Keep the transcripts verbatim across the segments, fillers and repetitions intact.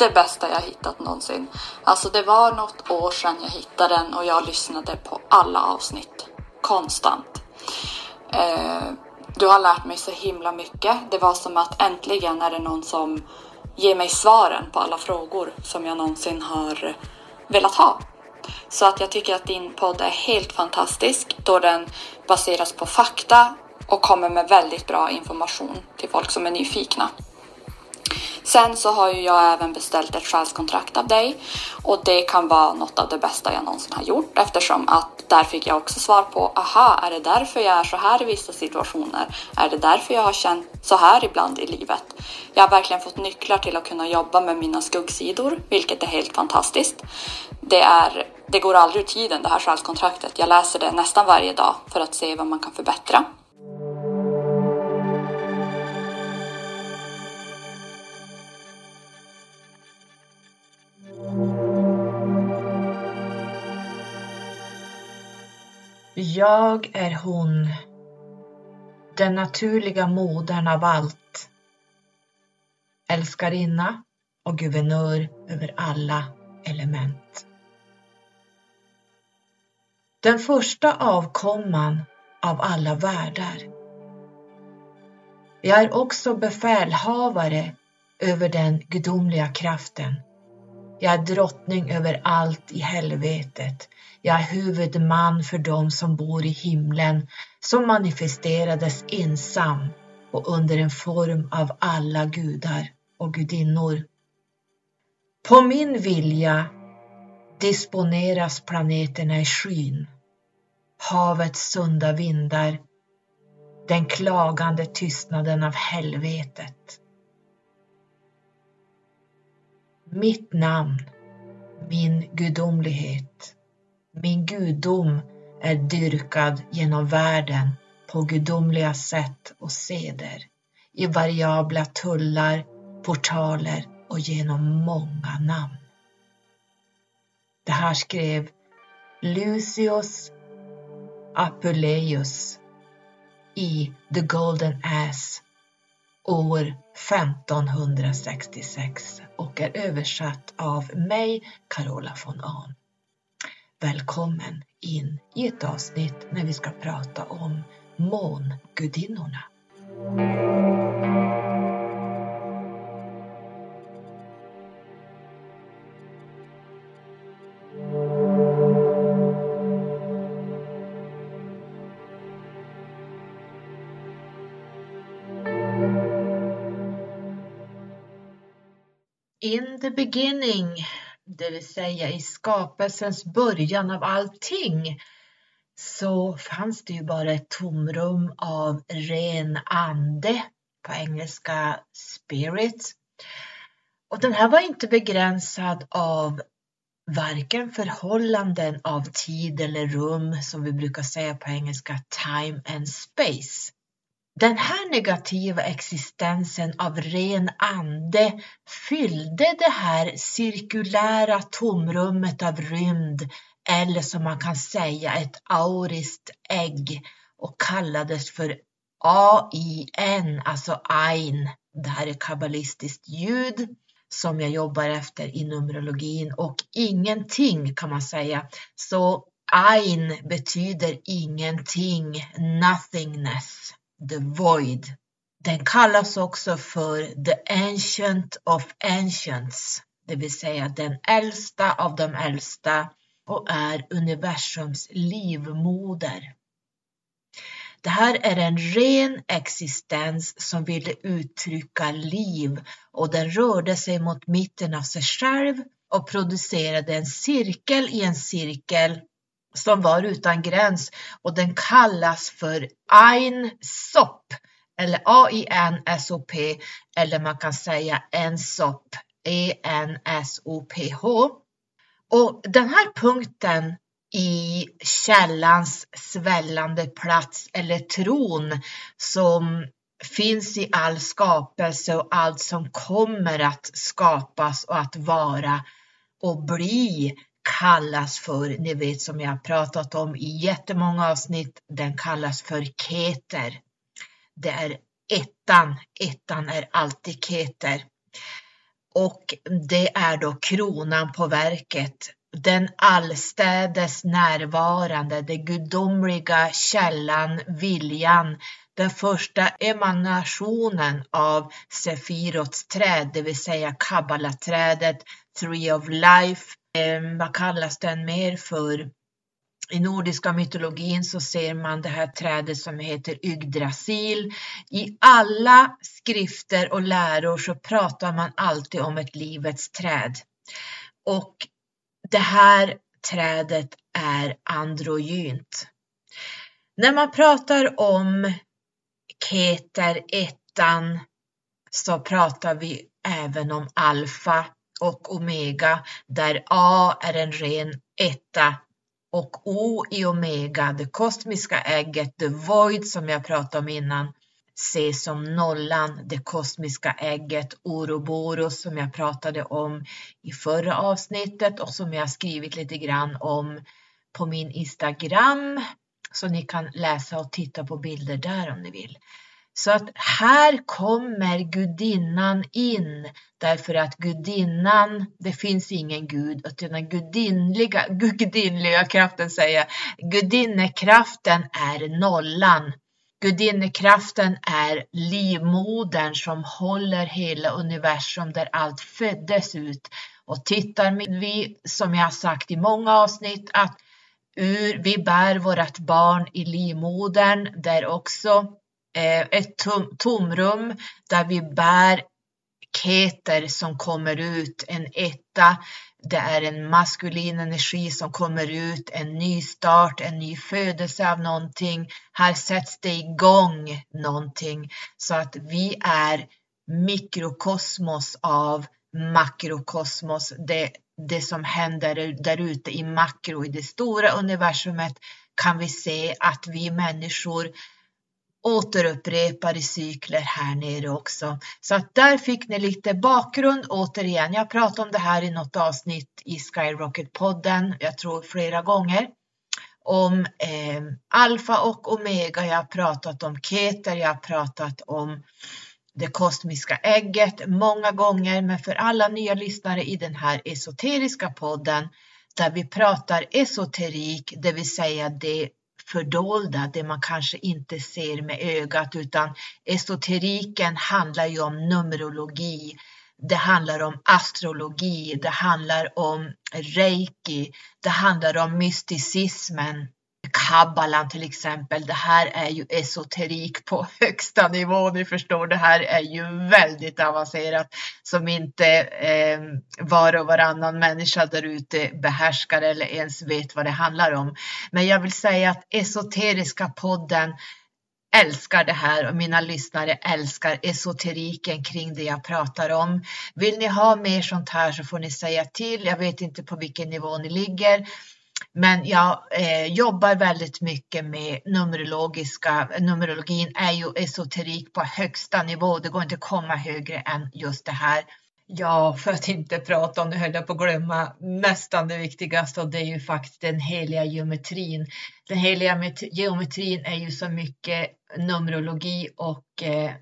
det bästa jag hittat någonsin. Alltså det var något år sedan jag hittade den och jag lyssnade på alla avsnitt. Konstant. Eh, du har lärt mig så himla mycket. Det var som att äntligen är det någon som ger mig svaren på alla frågor som jag någonsin har velat ha. Så att jag tycker att din podd är helt fantastisk då den baseras på fakta och kommer med väldigt bra information till folk som är nyfikna. Sen så har ju jag även beställt ett själskontrakt av dig och det kan vara något av det bästa jag någonsin har gjort eftersom att där fick jag också svar på, aha, är det därför jag är så här i vissa situationer? Är det därför jag har känt så här ibland i livet? Jag har verkligen fått nycklar till att kunna jobba med mina skuggsidor, vilket är helt fantastiskt. Det, är, det går aldrig ur tiden det här själskontraktet. Jag läser det nästan varje dag för att se vad man kan förbättra. Jag är hon, den naturliga modern av allt, älskarinna och guvernör över alla element. Den första avkomman av alla världar. Jag är också befälhavare över den gudomliga kraften. Jag är drottning över allt i helvetet. Jag är huvudman för dem som bor i himlen som manifesterades ensam och under en form av alla gudar och gudinnor. På min vilja disponeras planeterna i skyn, havets sunda vindar, den klagande tystnaden av helvetet. Mitt namn, min gudomlighet, min gudom är dyrkad genom världen på gudomliga sätt och seder, i variabla tullar, portaler och genom många namn. Det här skrev Lucius Apuleius i The Golden Ass år femtonhundrasextiosex och är översatt av mig, Carola von Ahn. Välkommen in i ett avsnitt när vi ska prata om mångudinnorna. In the beginning, det vill säga i skapelsens början av allting, så fanns det ju bara ett tomrum av ren ande, på engelska spirit. Och den här var inte begränsad av varken förhållanden av tid eller rum, som vi brukar säga på engelska time and space. Den här negativa existensen av ren ande fyllde det här cirkulära tomrummet av rymd, eller som man kan säga ett auriskt ägg, och kallades för A I N, alltså Ein. Det här är kabbalistiskt ljud som jag jobbar efter i numerologin, och ingenting kan man säga. Så Ein betyder ingenting, nothingness. The Void. Den kallas också för The Ancient of Ancients, det vill säga den äldsta av de äldsta, och är universums livmoder. Det här är en ren existens som ville uttrycka liv, och den rörde sig mot mitten av sig själv och producerade en cirkel i en cirkel som var utan gräns, och den kallas för Ein Sop, eller A I N S O P, eller man kan säga En Sop, E N S O P H. Och den här punkten i källans svällande plats eller tron som finns i all skapelse och allt som kommer att skapas och att vara och bli, kallas för, ni vet som jag har pratat om i jättemånga avsnitt, den kallas för Keter. Det är ettan, ettan är alltid Keter. Och det är då kronan på verket. Den allstädes närvarande, det gudomliga källan, viljan. Den första emanationen av Sefirots träd, det vill säga kabbalaträdet, Tree of Life. Eh, vad kallas den mer för? I nordiska mytologin så ser man det här trädet som heter Yggdrasil. I alla skrifter och läror så pratar man alltid om ett livets träd. Och det här trädet är androgynt. När man pratar om Keter, ettan, så pratar vi även om alfa och omega, där A är en ren etta och O i omega, det kosmiska ägget, the void som jag pratade om innan, ses som nollan, det kosmiska ägget, Ouroboros som jag pratade om i förra avsnittet och som jag skrivit lite grann om på min Instagram. Så ni kan läsa och titta på bilder där om ni vill. Så att här kommer gudinnan in, därför att gudinnan, det finns ingen gud, utan den gudinliga, gudinliga kraften säger, gudinnekraften är nollan. Gudinnekraften är livmodern som håller hela universum där allt föddes ut. Och tittar vi, som jag har sagt i många avsnitt, att ur, vi bär vårt barn i livmodern, där också eh, ett tom, tomrum där vi bär Keter som kommer ut, en etta. Det är en maskulin energi som kommer ut, en ny start, en ny födelse av någonting. Här sätts det igång någonting, så att vi är mikrokosmos av makrokosmos. Det, det som händer där ute i makro, i det stora universumet, kan vi se att vi människor återupprepar i cykler här nere också. Så att där fick ni lite bakgrund återigen. Jag pratade om det här i något avsnitt i Skyrocket-podden, jag tror flera gånger. Om eh, alfa och omega, jag har pratat om Keter, jag har pratat om det kosmiska ägget många gånger. Men för alla nya lyssnare i den här esoteriska podden, där vi pratar esoterik, det vill säga det fördolda, det man kanske inte ser med ögat, utan esoteriken handlar ju om numerologi, det handlar om astrologi, det handlar om reiki, det handlar om mysticismen, kabbalan till exempel. Det här är ju esoterik på högsta nivå, ni förstår, det här är ju väldigt avancerat som inte eh, var och varannan människa där ute behärskar eller ens vet vad det handlar om. Men jag vill säga att esoteriska podden älskar det här och mina lyssnare älskar esoteriken kring det jag pratar om. Vill ni ha mer sånt här så får ni säga till. Jag vet inte på vilken nivå ni ligger. Men jag eh, jobbar väldigt mycket med numerologiska, numerologin är ju esoterik på högsta nivå. Det går inte att komma högre än just det här. Ja, för att inte prata om, det höll jag på att glömma nästan det viktigaste, och det är ju faktiskt den heliga geometrin. Den heliga geometrin är ju så mycket numerologi och eh,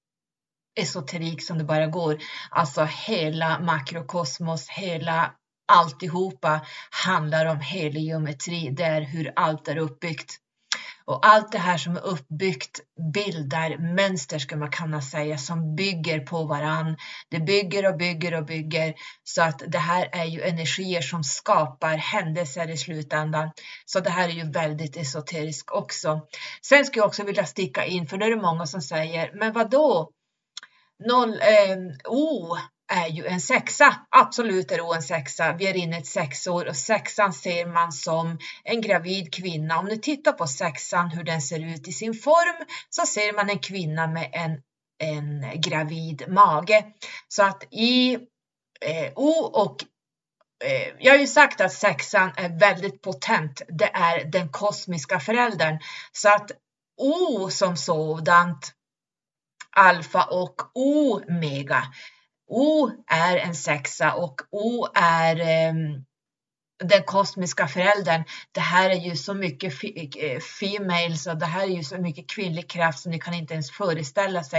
esoterik som det bara går. Alltså hela makrokosmos, hela alltihopa handlar om helig geometri. Det är hur allt är uppbyggt. Och allt det här som är uppbyggt bildar mönster, ska man kunna säga, som bygger på varann. Det bygger och bygger och bygger. Så att det här är ju energier som skapar händelser i slutändan. Så det här är ju väldigt esoteriskt också. Sen skulle jag också vilja sticka in, för det är det många som säger, men vad då? Noll, eh, O är ju en sexa. Absolut är O en sexa. Vi är inne i ett sexår och sexan ser man som en gravid kvinna. Om ni tittar på sexan, hur den ser ut i sin form, så ser man en kvinna med en, en gravid mage. Så att i eh, O och eh, jag har ju sagt att sexan är väldigt potent. Det är den kosmiska föräldern. Så att O som sådant, alfa och omega. O är en sexa och O är eh, den kosmiska föräldern. Det här är ju så mycket females och det här är ju så mycket kvinnlig kraft som ni kan inte ens föreställa sig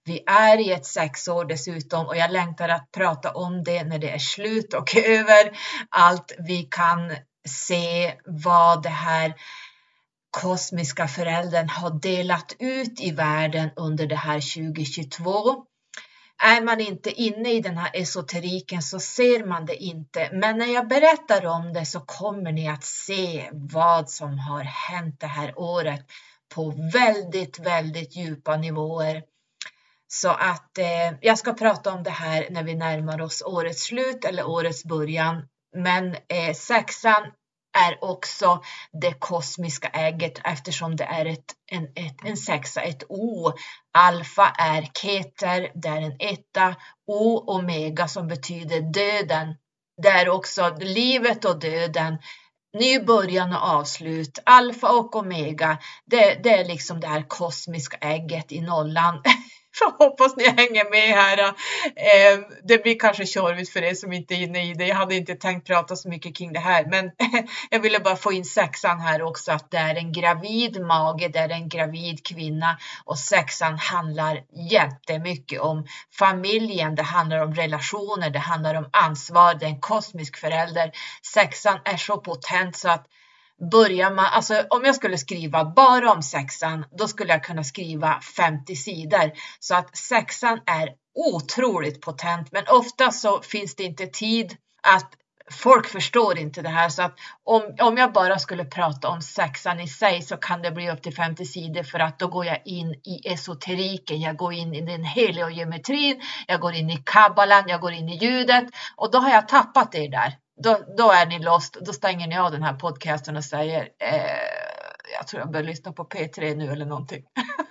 Vi är i ett sexår dessutom och jag längtar att prata om det när det är slut och över. Allt vi kan se vad det här kosmiska föräldern har delat ut i världen under det här tjugo tjugotvå. Är man inte inne i den här esoteriken så ser man det inte. Men när jag berättar om det så kommer ni att se vad som har hänt det här året på väldigt, väldigt djupa nivåer. Så att eh, jag ska prata om det här när vi närmar oss årets slut eller årets början. Men eh, sexan är också det kosmiska ägget eftersom det är ett, en, ett, en sexa, ett O. Alfa är keter, det är en etta. O, omega som betyder döden. Det är också livet och döden. Ny början och avslut. Alfa och omega. Det, det är liksom det här kosmiska ägget i nollan. Jag hoppas ni hänger med här. Det blir kanske tjorvigt för er som inte är inne i det. Jag hade inte tänkt prata så mycket kring det här. Men jag ville bara få in sexan här också. Att det är en gravid mage. Det är en gravid kvinna. Och sexan handlar jättemycket om familjen. Det handlar om relationer. Det handlar om ansvar. Det är en kosmisk förälder. Sexan är så potent så att börjar man, alltså om jag skulle skriva bara om sexan, då skulle jag kunna skriva femtio sidor. Så att sexan är otroligt potent, men ofta så finns det inte tid att folk förstår inte det här. Så att om, om jag bara skulle prata om sexan i sig så kan det bli upp till femtio sidor för att då går jag in i esoteriken. Jag går in i den heliogeometrin, jag går in i kabbalan, jag går in i ljudet och då har jag tappat det där. Då, då är ni lost, då stänger ni av den här podcasten och säger eh, jag tror jag bör lyssna på P tre nu eller någonting.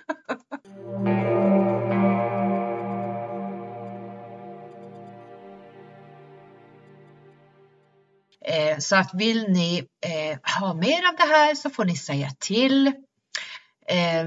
eh, så att vill ni eh, ha mer av det här så får ni säga till. Eh,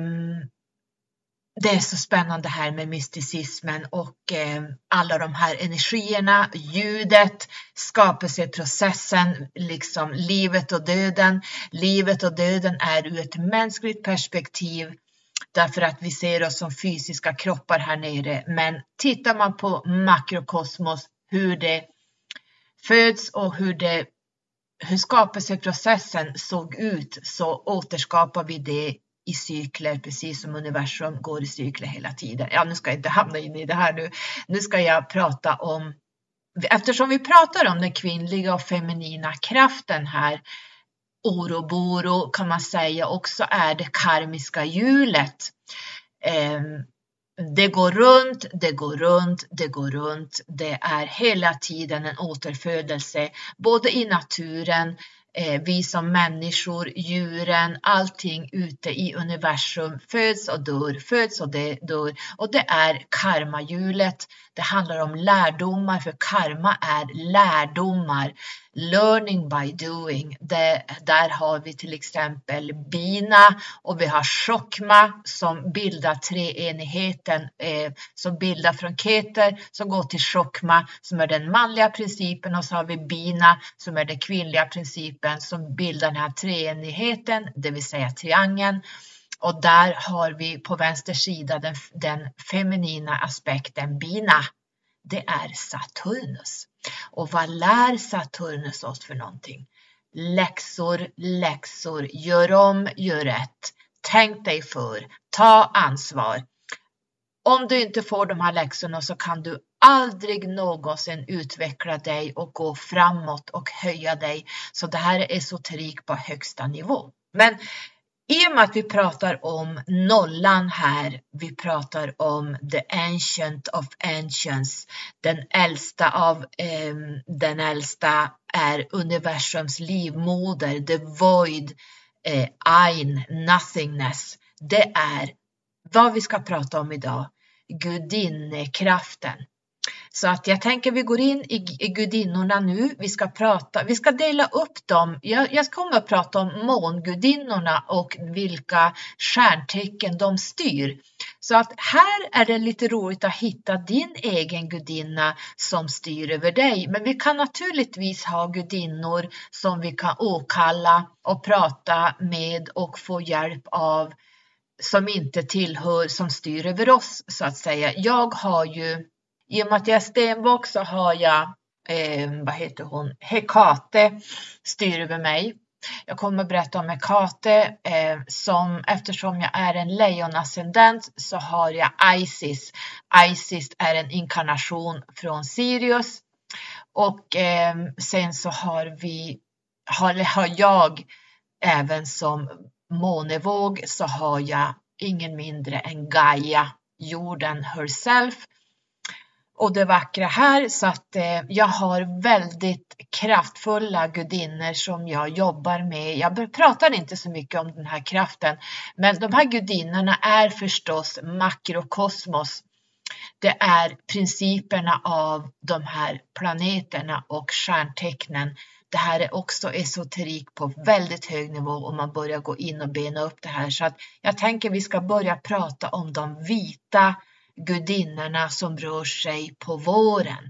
Det är så spännande här med mysticismen och eh, alla de här energierna, ljudet, skapelseprocessen, liksom livet och döden. Livet och döden är ur ett mänskligt perspektiv därför att vi ser oss som fysiska kroppar här nere. Men tittar man på makrokosmos, hur det föds och hur, det, hur skapelseprocessen såg ut så återskapar vi det i cykler, precis som universum går i cykler hela tiden. Ja, nu ska jag inte hamna in i det här nu. Nu ska jag prata om, eftersom vi pratar om den kvinnliga och feminina kraften här, Oroboro kan man säga också är det karmiska hjulet. Eh, det går runt, det går runt, det går runt. Det är hela tiden en återfödelse, både i naturen, vi som människor, djuren, allting ute i universum föds och dör, föds och dör. Och det är karmahjulet. Det handlar om lärdomar, för karma är lärdomar. Learning by doing. Det, där har vi till exempel bina och vi har chokma som bildar treenigheten. Eh, som bildar från keter som går till chokma som är den manliga principen. Och så har vi bina som är den kvinnliga principen som bildar den här treenigheten, det vill säga triangeln. Och där har vi på vänster sida den, den feminina aspekten bina. Det är Saturnus. Och vad lär Saturnus oss för någonting? Läxor, läxor, gör om, gör rätt. Tänk dig för, ta ansvar. Om du inte får de här läxorna så kan du aldrig någonsin utveckla dig och gå framåt och höja dig. Så det här är esoterik på högsta nivå. Men i och med att vi pratar om nollan här, vi pratar om the ancient of ancients, den äldsta av eh, den äldsta är universums livmoder, the void, eh, ein, nothingness. Det är vad vi ska prata om idag, gudinnekraften. Så att jag tänker vi går in i, i gudinnorna nu. Vi ska prata, vi ska dela upp dem. Jag, jag kommer att prata om mångudinnorna och vilka stjärntecken de styr. Så att här är det lite roligt att hitta din egen gudinna som styr över dig. Men vi kan naturligtvis ha gudinnor som vi kan åkalla och prata med och få hjälp av som inte tillhör, som styr över oss så att säga. Jag har ju, i och med att jag är stenbock så har jag, eh, vad heter hon, Hekate styr över mig. Jag kommer berätta om Hekate eh, som, eftersom jag är en lejonascendent så har jag Isis. Isis är en inkarnation från Sirius. Och eh, sen så har vi, har, har jag även som månevåg så har jag ingen mindre än Gaia, jorden herself. Och det vackra här så att eh, jag har väldigt kraftfulla gudinnor som jag jobbar med. Jag pratar inte så mycket om den här kraften, men de här gudinnorna är förstås makrokosmos. Det är principerna av de här planeterna och stjärntecknen. Det här är också esoterik på väldigt hög nivå om man börjar gå in och bena upp det här. Så att jag tänker vi ska börja prata om de vita gudinnorna som rör sig på våren.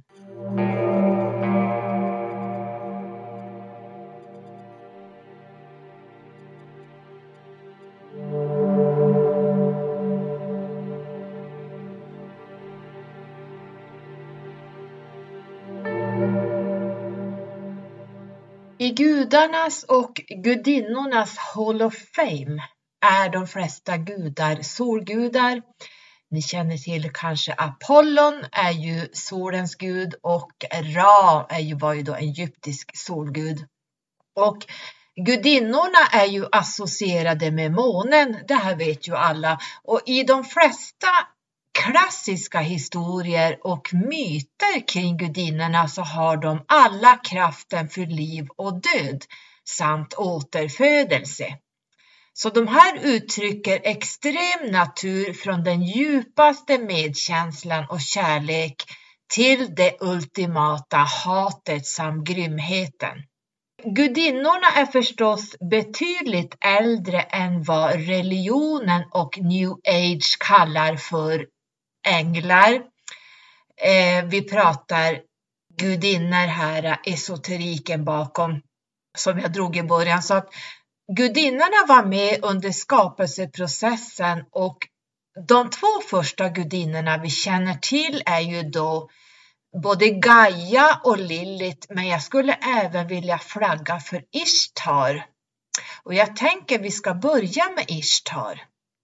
I gudarnas och gudinnornas Hall of Fame är de flesta gudar solgudar. Ni känner till kanske Apollon är ju solens gud och Ra är ju, var ju då en egyptisk solgud. Och gudinnorna är ju associerade med månen, det här vet ju alla. Och i de flesta klassiska historier och myter kring gudinnorna så har de alla kraften för liv och död samt återfödelse. Så de här uttrycker extrem natur från den djupaste medkänslan och kärlek till det ultimata hatet samt grymheten. Gudinnorna är förstås betydligt äldre än vad religionen och New Age kallar för änglar. Eh, vi pratar gudinnor här, esoteriken bakom som jag drog i början. Så att gudinnorna var med under skapelseprocessen och de två första gudinnorna vi känner till är ju då både Gaia och Lilith, men jag skulle även vilja flagga för Ishtar. Och jag tänker vi ska börja med Ishtar.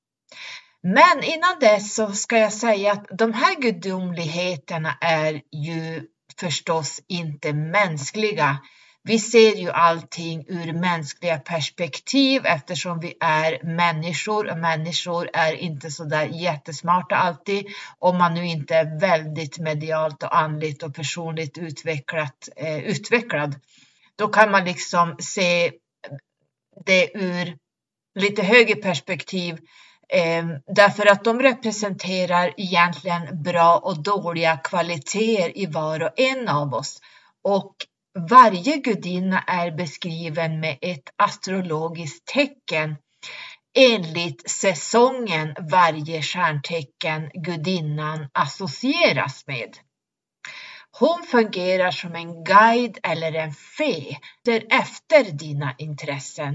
Men innan dess så ska jag säga att de här gudomligheterna är ju förstås inte mänskliga. Vi ser ju allting ur mänskliga perspektiv eftersom vi är människor och människor är inte så där jättesmarta alltid om man nu inte är väldigt medialt och andligt och personligt utvecklat, eh, utvecklad. Då kan man liksom se det ur lite högre perspektiv eh, därför att de representerar egentligen bra och dåliga kvaliteter i var och en av oss. Och varje gudinna är beskriven med ett astrologiskt tecken enligt säsongen varje stjärntecken gudinnan associeras med. Hon fungerar som en guide eller en fe efter dina intressen.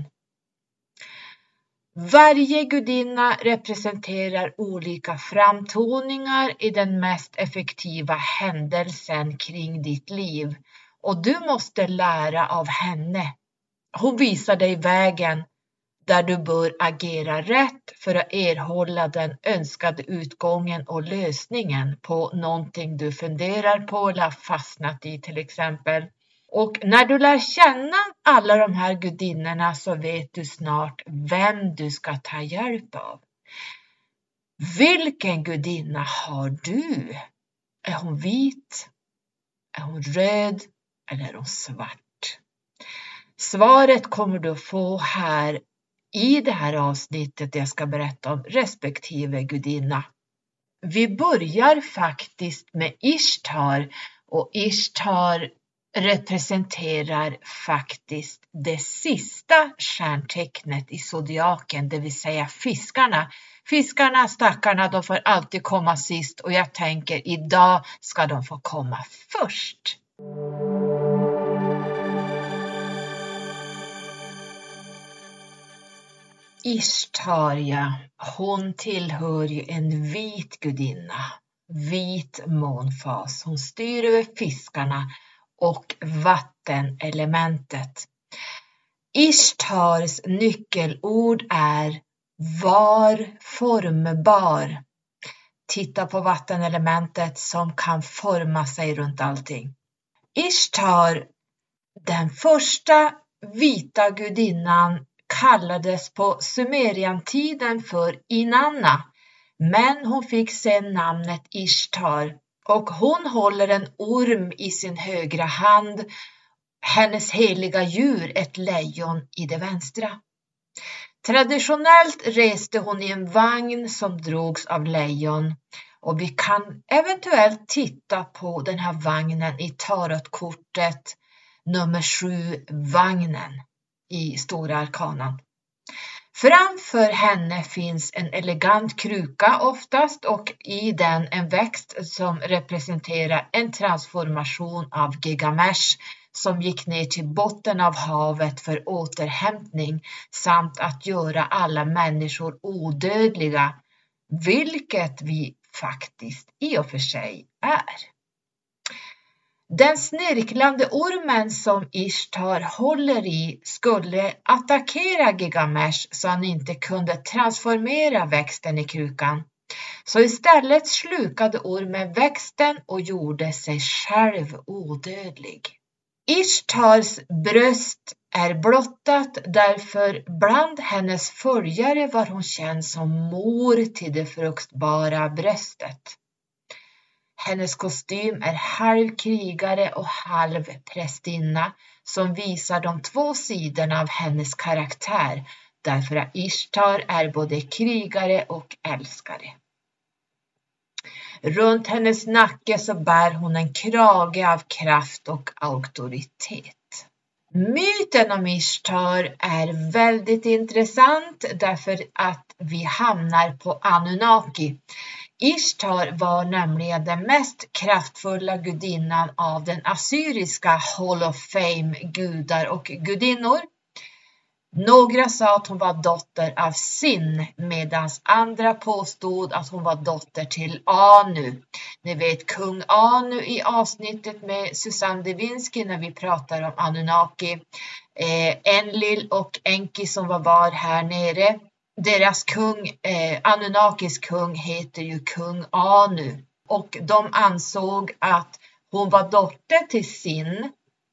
Varje gudinna representerar olika framtoningar i den mest effektiva händelsen kring ditt liv. Och du måste lära av henne. Hon visar dig vägen där du bör agera rätt för att erhålla den önskade utgången och lösningen på någonting du funderar på eller fastnat i till exempel. Och när du lär känna alla de här gudinnorna så vet du snart vem du ska ta hjälp av. Vilken gudinna har du? Är hon vit? Är hon röd? Eller är hon svart? Svaret kommer du få här i det här avsnittet jag ska berätta om respektive gudinna. Vi börjar faktiskt med Ishtar och Ishtar representerar faktiskt det sista stjärntecknet i zodiaken, det vill säga fiskarna. Fiskarna, stackarna, de får alltid komma sist och jag tänker idag ska de få komma först. Ishtar, ja, hon tillhör ju en vit gudinna, vit månfas. Hon styr över fiskarna och vattenelementet. Ishtars nyckelord är var formbar. Titta på vattenelementet som kan forma sig runt allting. Ishtar, den första vita gudinnan, kallades på Sumeriantiden för Inanna, men hon fick sen namnet Ishtar och hon håller en orm i sin högra hand, hennes heliga djur ett lejon i det vänstra. Traditionellt reste hon i en vagn som drogs av lejon och vi kan eventuellt titta på den här vagnen i tarotkortet nummer sju, vagnen i Stora arkanan. Framför henne finns en elegant kruka oftast och i den en växt som representerar en transformation av Gilgamesh som gick ner till botten av havet för återhämtning samt att göra alla människor odödliga, vilket vi faktiskt i och för sig är. Den snirklande ormen som Ishtar håller i skulle attackera Gilgamesh så han inte kunde transformera växten i krukan. Så istället slukade ormen växten och gjorde sig själv odödlig. Ishtars bröst är blottat, därför bland hennes följare var hon känd som mor till det fruktbara bröstet. Hennes kostym är halv krigare och halv prästinna som visar de två sidorna av hennes karaktär, därför att Ishtar är både krigare och älskare. Runt hennes nacke så bär hon en krage av kraft och auktoritet. Myten om Ishtar är väldigt intressant därför att vi hamnar på Anunnaki. Ishtar var nämligen den mest kraftfulla gudinnan av den assyriska Hall of Fame gudar och gudinnor. Några sa att hon var dotter av Sin, medan andra påstod att hon var dotter till Anu. Ni vet kung Anu i avsnittet med Susanne Devinsky när vi pratar om Anunnaki. Eh, Enlil och Enki som var var här nere. Deras kung, eh, Anunnakis kung heter ju kung Anu. Och de ansåg att hon var dotter till Sin.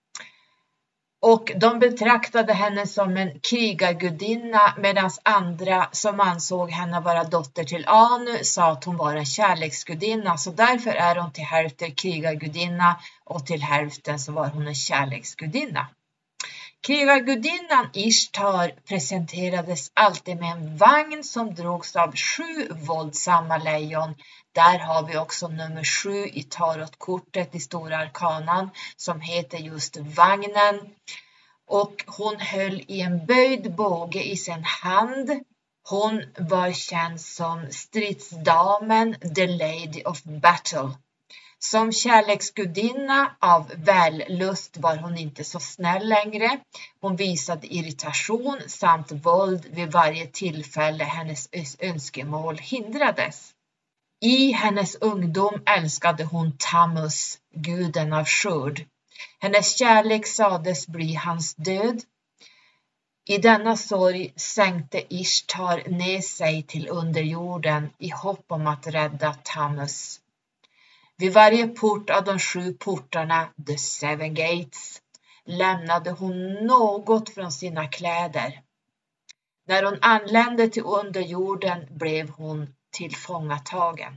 Och de betraktade henne som en krigargudinna medan andra som ansåg henne vara dotter till Anu sa att hon var en kärleksgudinna. Så därför är hon till hälften krigargudinna och till hälften så var hon en kärleksgudinna. Krigargudinnan Ishtar presenterades alltid med en vagn som drogs av sju våldsamma lejon. Där har vi också nummer sju i tarotkortet i Stora arkanan som heter just vagnen. Och hon höll i en böjd båge i sin hand. Hon var känd som stridsdamen, the lady of battle. Som kärleksgudinna av vällust var hon inte så snäll längre. Hon visade irritation samt våld vid varje tillfälle hennes önskemål hindrades. I hennes ungdom älskade hon Tammuz, guden av skörd. Hennes kärlek sades bli hans död. I denna sorg sänkte Ishtar ner sig till underjorden i hopp om att rädda Tammuz. Vid varje port av de sju portarna, the seven gates, lämnade hon något från sina kläder. När hon anlände till underjorden blev hon tillfångatagen.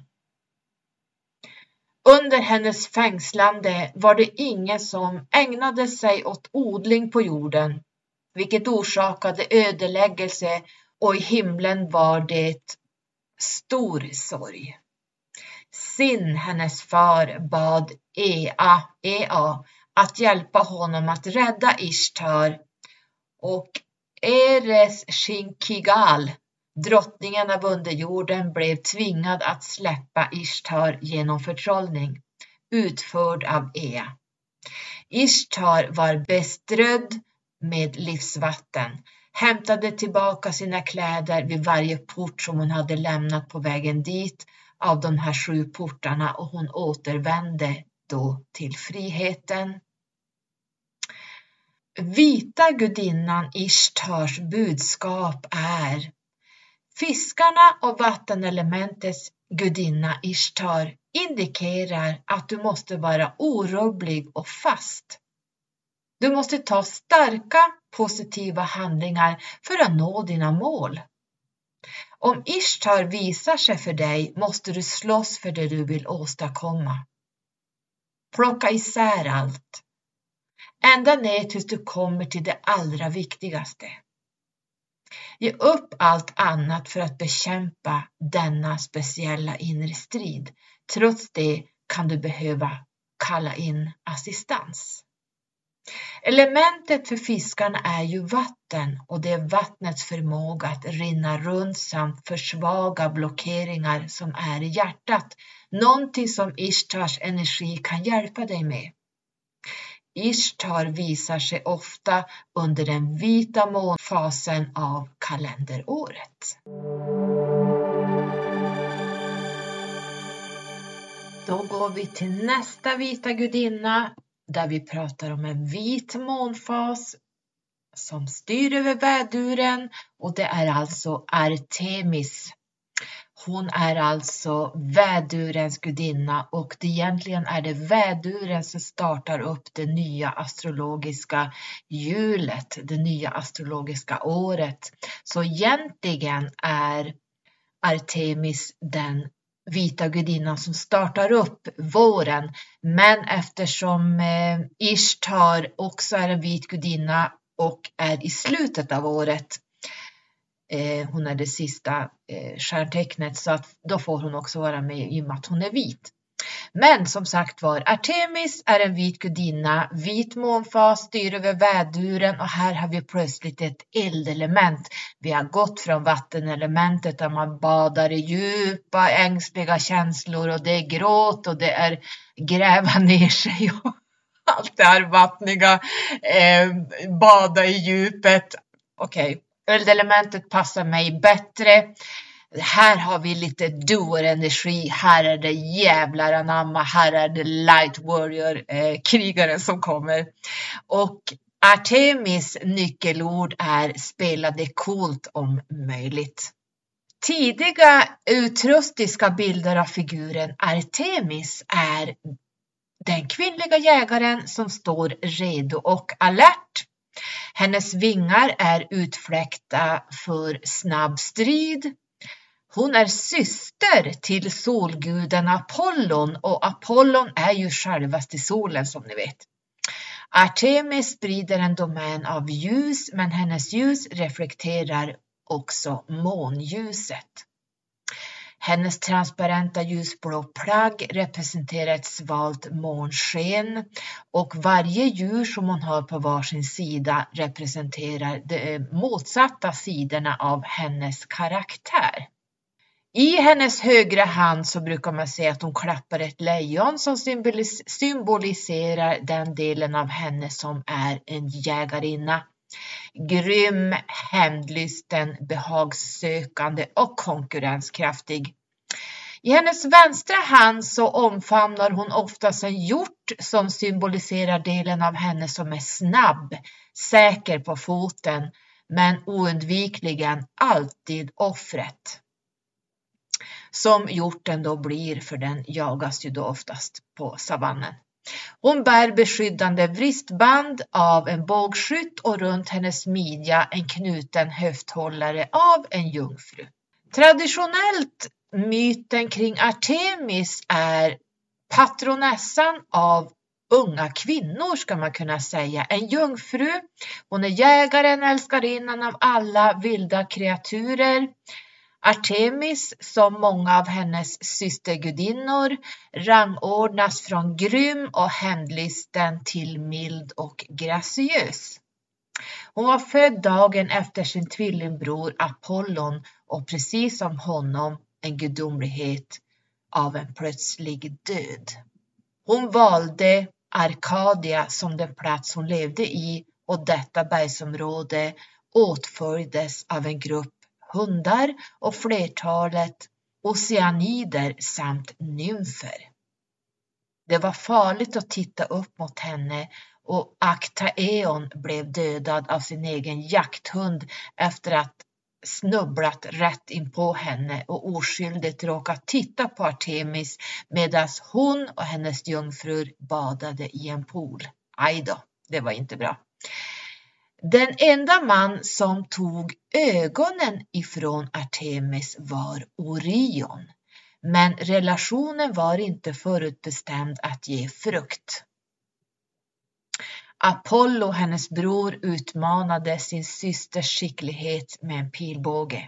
Under hennes fängslande var det ingen som ägnade sig åt odling på jorden, vilket orsakade ödeläggelse, och i himlen var det stor sorg. Sin, hennes far, bad Ea, Ea att hjälpa honom att rädda Ishtar, och Eres Shinkigal, drottningen av underjorden, blev tvingad att släppa Ishtar genom förtrollning, utförd av Ea. Ishtar var beströdd med livsvatten. hämtade tillbaka sina kläder vid varje port som hon hade lämnat på vägen dit av de här sju portarna, och hon återvände då till friheten. Vita gudinnan Ishtars budskap är: fiskarna och vattenelementets gudinna Ishtar indikerar att du måste vara orubblig och fast. Du måste ta starka positiva handlingar för att nå dina mål. Om Ishtar visar sig för dig måste du slåss för det du vill åstadkomma. Plocka isär allt. Ända ner tills du kommer till det allra viktigaste. Ge upp allt annat för att bekämpa denna speciella inre strid. Trots det kan du behöva kalla in assistans. Elementet för fiskarna är ju vatten, och det är vattnets förmåga att rinna runt samt försvaga blockeringar som är i hjärtat. Någonting som Ishtars energi kan hjälpa dig med. Ishtar visar sig ofta under den vita månfasen av kalenderåret. Då går vi till nästa vita gudinna, där vi pratar om en vit månfas som styr över väduren, och det är alltså Artemis. Hon är alltså vädurens gudinna, och det egentligen är det väduren som startar upp det nya astrologiska hjulet, det nya astrologiska året. Så egentligen är Artemis den vita gudinnan som startar upp våren, men eftersom eh, Ishtar också är en vit gudinna och är i slutet av året, eh, hon är det sista eh, stjärntecknet, så att då får hon också vara med i och med att hon är vit. Men som sagt var, Artemis är en vit gudinna, vit månfas styr över väduren, och här har vi plötsligt ett eldelement. Vi har gått från vattenelementet där man badar i djupa ängsliga känslor, och det är gråt och det är gräva ner sig och allt det här vattniga, eh, bada i djupet. Okej, okay. Eldelementet passar mig bättre. Här har vi lite doer-energi, här är det jävlar anamma, här är det light warrior, eh, krigaren som kommer. Och Artemis nyckelord är spela det coolt om möjligt. Tidiga utrustiska bilder av figuren Artemis är den kvinnliga jägaren som står redo och alert. Hennes vingar är utfläkta för snabb strid. Hon är syster till solguden Apollon, och Apollon är ju självaste solen som ni vet. Artemis sprider en domän av ljus, men hennes ljus reflekterar också månljuset. Hennes transparenta ljusblå plagg representerar ett svalt månsken, och varje djur som hon har på varsin sida representerar de motsatta sidorna av hennes karaktär. I hennes högra hand så brukar man säga att hon klappar ett lejon som symbolis- symboliserar den delen av henne som är en jägarinna. Grym, hämndlysten, behagssökande och konkurrenskraftig. I hennes vänstra hand så omfamnar hon oftast en hjort som symboliserar delen av henne som är snabb, säker på foten, men oundvikligen alltid offret. Som hjorten då blir, för den jagas ju då oftast på savannen. Hon bär beskyddande vristband av en bågskytt, och runt hennes midja en knuten höfthållare av en jungfru. Traditionellt myten kring Artemis är patronessan av unga kvinnor, ska man kunna säga. En jungfru, hon är jägaren, älskarinnan av alla vilda kreaturer. Artemis, som många av hennes systergudinnor, rangordnas från grym och hämndlysten till mild och graciös. Hon var född dagen efter sin tvillingbror Apollon, och precis som honom en gudomlighet av en plötslig död. Hon valde Arkadia som den plats hon levde i, och detta bergsområde åtföljdes av en grupp hundar och flertalet oceanider samt nymfer. Det var farligt att titta upp mot henne och Actaeon blev dödad av sin egen jakthund efter att snubblat rätt in på henne och oskyldigt råkat titta på Artemis medan hon och hennes jungfrur badade i en pool. Aj då, det var inte bra. Den enda man som tog ögonen ifrån Artemis var Orion. Men relationen var inte förutbestämd att ge frukt. Apollo, hennes bror, utmanade sin systers skicklighet med en pilbåge.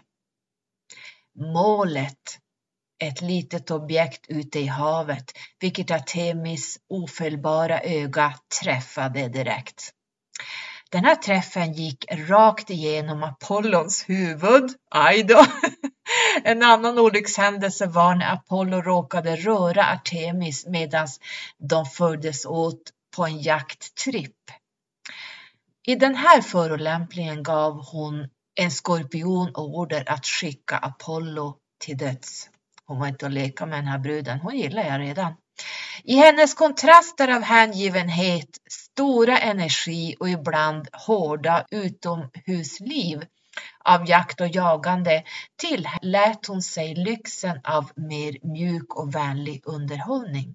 Målet, ett litet objekt ute i havet, vilket Artemis ofelbara öga träffade direkt. Den här träffen gick rakt igenom Apollons huvud. Aj då! En annan olyckshändelse var när Apollo råkade röra Artemis medan de fördes åt på en jakttripp. I den här förolämpningen gav hon en skorpion order att skicka Apollo till döds. Hon var inte att leka med den här bruden, hon gillar jag redan. I hennes kontraster av hängivenhet, stora energi och ibland hårda utomhusliv av jakt och jagande tillät hon sig lyxen av mer mjuk och vänlig underhållning.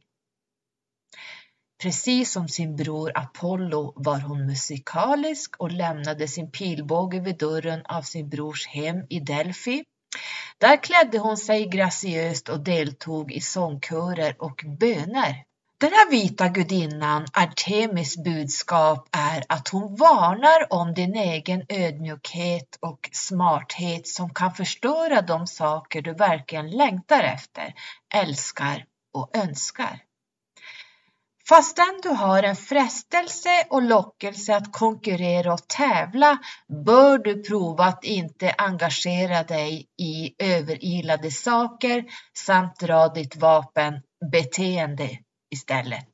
Precis som sin bror Apollo var hon musikalisk och lämnade sin pilbåge vid dörren av sin brors hem i Delphi. Där klädde hon sig graciöst och deltog i sångkörer och böner. Den här vita gudinnan, Artemis budskap är att hon varnar om din egen ödmjukhet och smarthet som kan förstöra de saker du verkligen längtar efter, älskar och önskar. Fastän du har en frestelse och lockelse att konkurrera och tävla bör du prova att inte engagera dig i överilade saker samt dra ditt vapen beteende istället.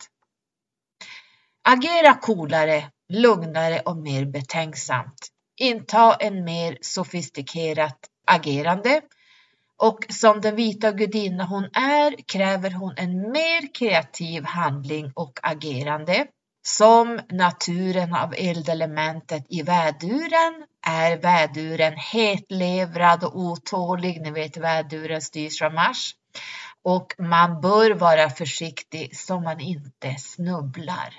Agera coolare, lugnare och mer betänksamt. Inta en mer sofistikerat agerande. Och som den vita gudinna hon är kräver hon en mer kreativ handling och agerande. Som naturen av eldelementet i väduren är väduren hetlevrad och otålig. Ni vet väduren styrs från Mars. Och man bör vara försiktig så man inte snubblar.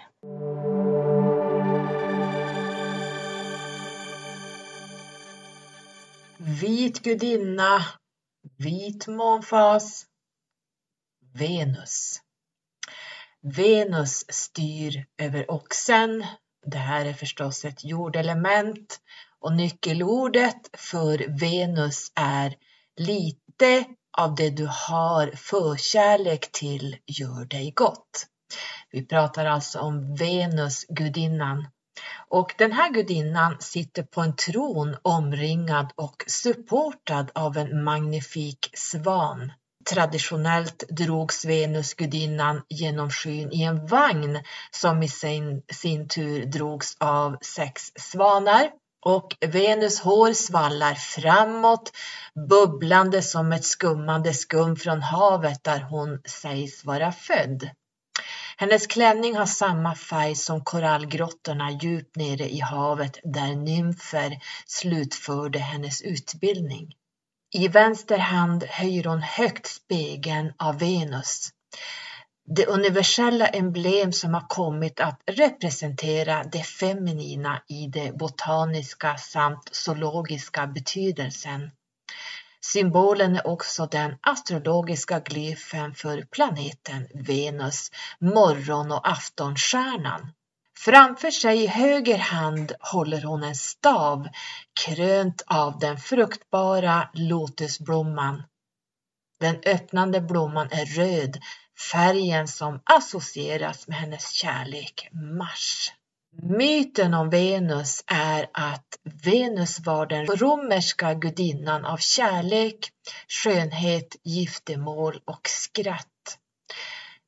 Vit gudinna. Vit månfas, Venus. Venus styr över oxen. Det här är förstås ett jordelement. Och nyckelordet för Venus är lite av det du har förkärlek till gör dig gott. Vi pratar alltså om Venus, gudinnan. Och den här gudinnan sitter på en tron omringad och supportad av en magnifik svan. Traditionellt drogs Venus gudinnan genom skyn i en vagn som i sin, sin tur drogs av sex svanar. Och Venus hår svallar framåt, bubblande som ett skummande skum från havet där hon sägs vara född. Hennes klänning har samma färg som korallgrottorna djupt nere i havet där nymfer slutförde hennes utbildning. I vänster hand höjer hon högt spegeln av Venus. Det universella emblem som har kommit att representera det feminina i det botaniska samt zoologiska betydelsen. Symbolen är också den astrologiska glyfen för planeten Venus, morgon- och aftonstjärnan. Framför sig i höger hand håller hon en stav krönt av den fruktbara lotusblomman. Den öppnande blomman är röd, färgen som associeras med hennes kärlek Mars. Myten om Venus är att Venus var den romerska gudinnan av kärlek, skönhet, giftermål och skratt.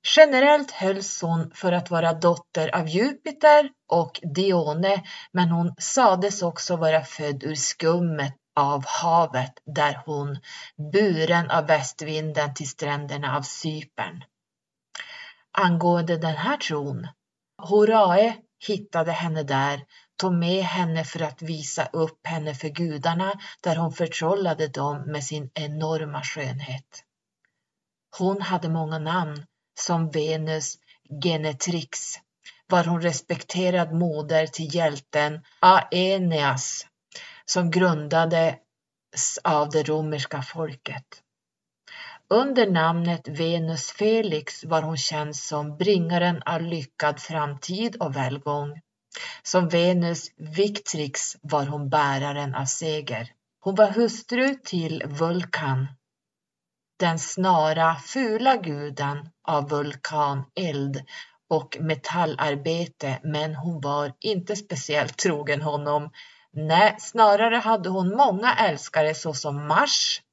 Generellt hölls hon för att vara dotter av Jupiter och Dione, men hon sades också vara född ur skummet av havet där hon buren av västvinden till stränderna av Cypern. Angående den här tron, Horae hittade henne där, tog med henne för att visa upp henne för gudarna där hon förtrollade dem med sin enorma skönhet. Hon hade många namn, som Venus Genetrix, var hon respekterad moder till hjälten Aeneas som grundades av det romerska folket. Under namnet Venus Felix var hon känd som bringaren av lyckad framtid och välgång. Som Venus Victrix var hon bäraren av seger. Hon var hustru till Vulkan, den snara fula guden av vulkan, eld och metallarbete, men hon var inte speciellt trogen honom. Nej, snarare hade hon många älskare såsom Mars,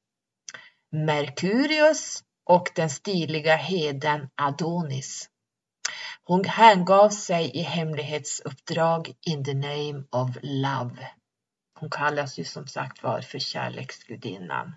Merkurius och den stiliga heden Adonis. Hon hängav sig i hemlighetsuppdrag in the name of love. Hon kallas ju som sagt var för kärleksgudinnan.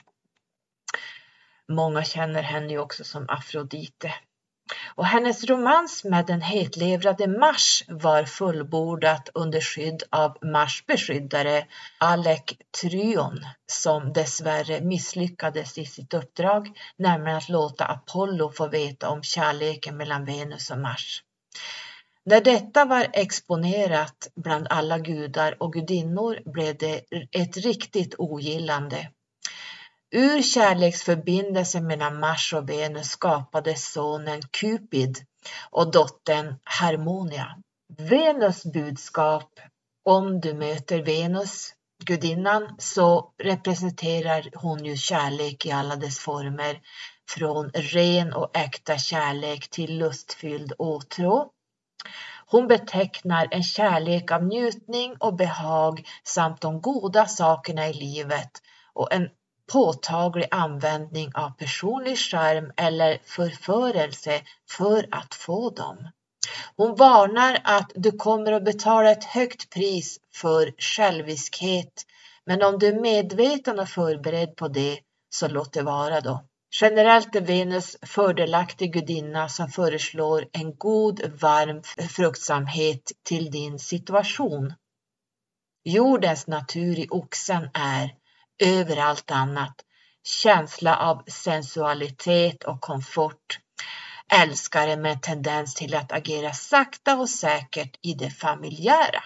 Många känner henne ju också som Afrodite. Och hennes romans med den hetlevrade Mars var fullbordat under skydd av Mars beskyddare Alektryon, som dessvärre misslyckades i sitt uppdrag, nämligen att låta Apollo få veta om kärleken mellan Venus och Mars. När detta var exponerat bland alla gudar och gudinnor blev det ett riktigt ogillande. Ur kärleksförbindelsen mellan Mars och Venus skapades sonen Cupid och dottern Harmonia. Venus budskap: om du möter Venus, gudinnan, så representerar hon ju kärlek i alla dess former. Från ren och äkta kärlek till lustfylld åtrå. Hon betecknar en kärlek av njutning och behag samt de goda sakerna i livet och en påtaglig användning av personlig charm eller förförelse för att få dem. Hon varnar att du kommer att betala ett högt pris för själviskhet, men om du är medveten och förberedd på det, så låt det vara då. Generellt är Venus fördelaktig gudinna som föreslår en god, varm fruktsamhet till din situation. Jordens natur i oxen är över allt annat känsla av sensualitet och komfort. Älskare med tendens till att agera sakta och säkert i det familjära.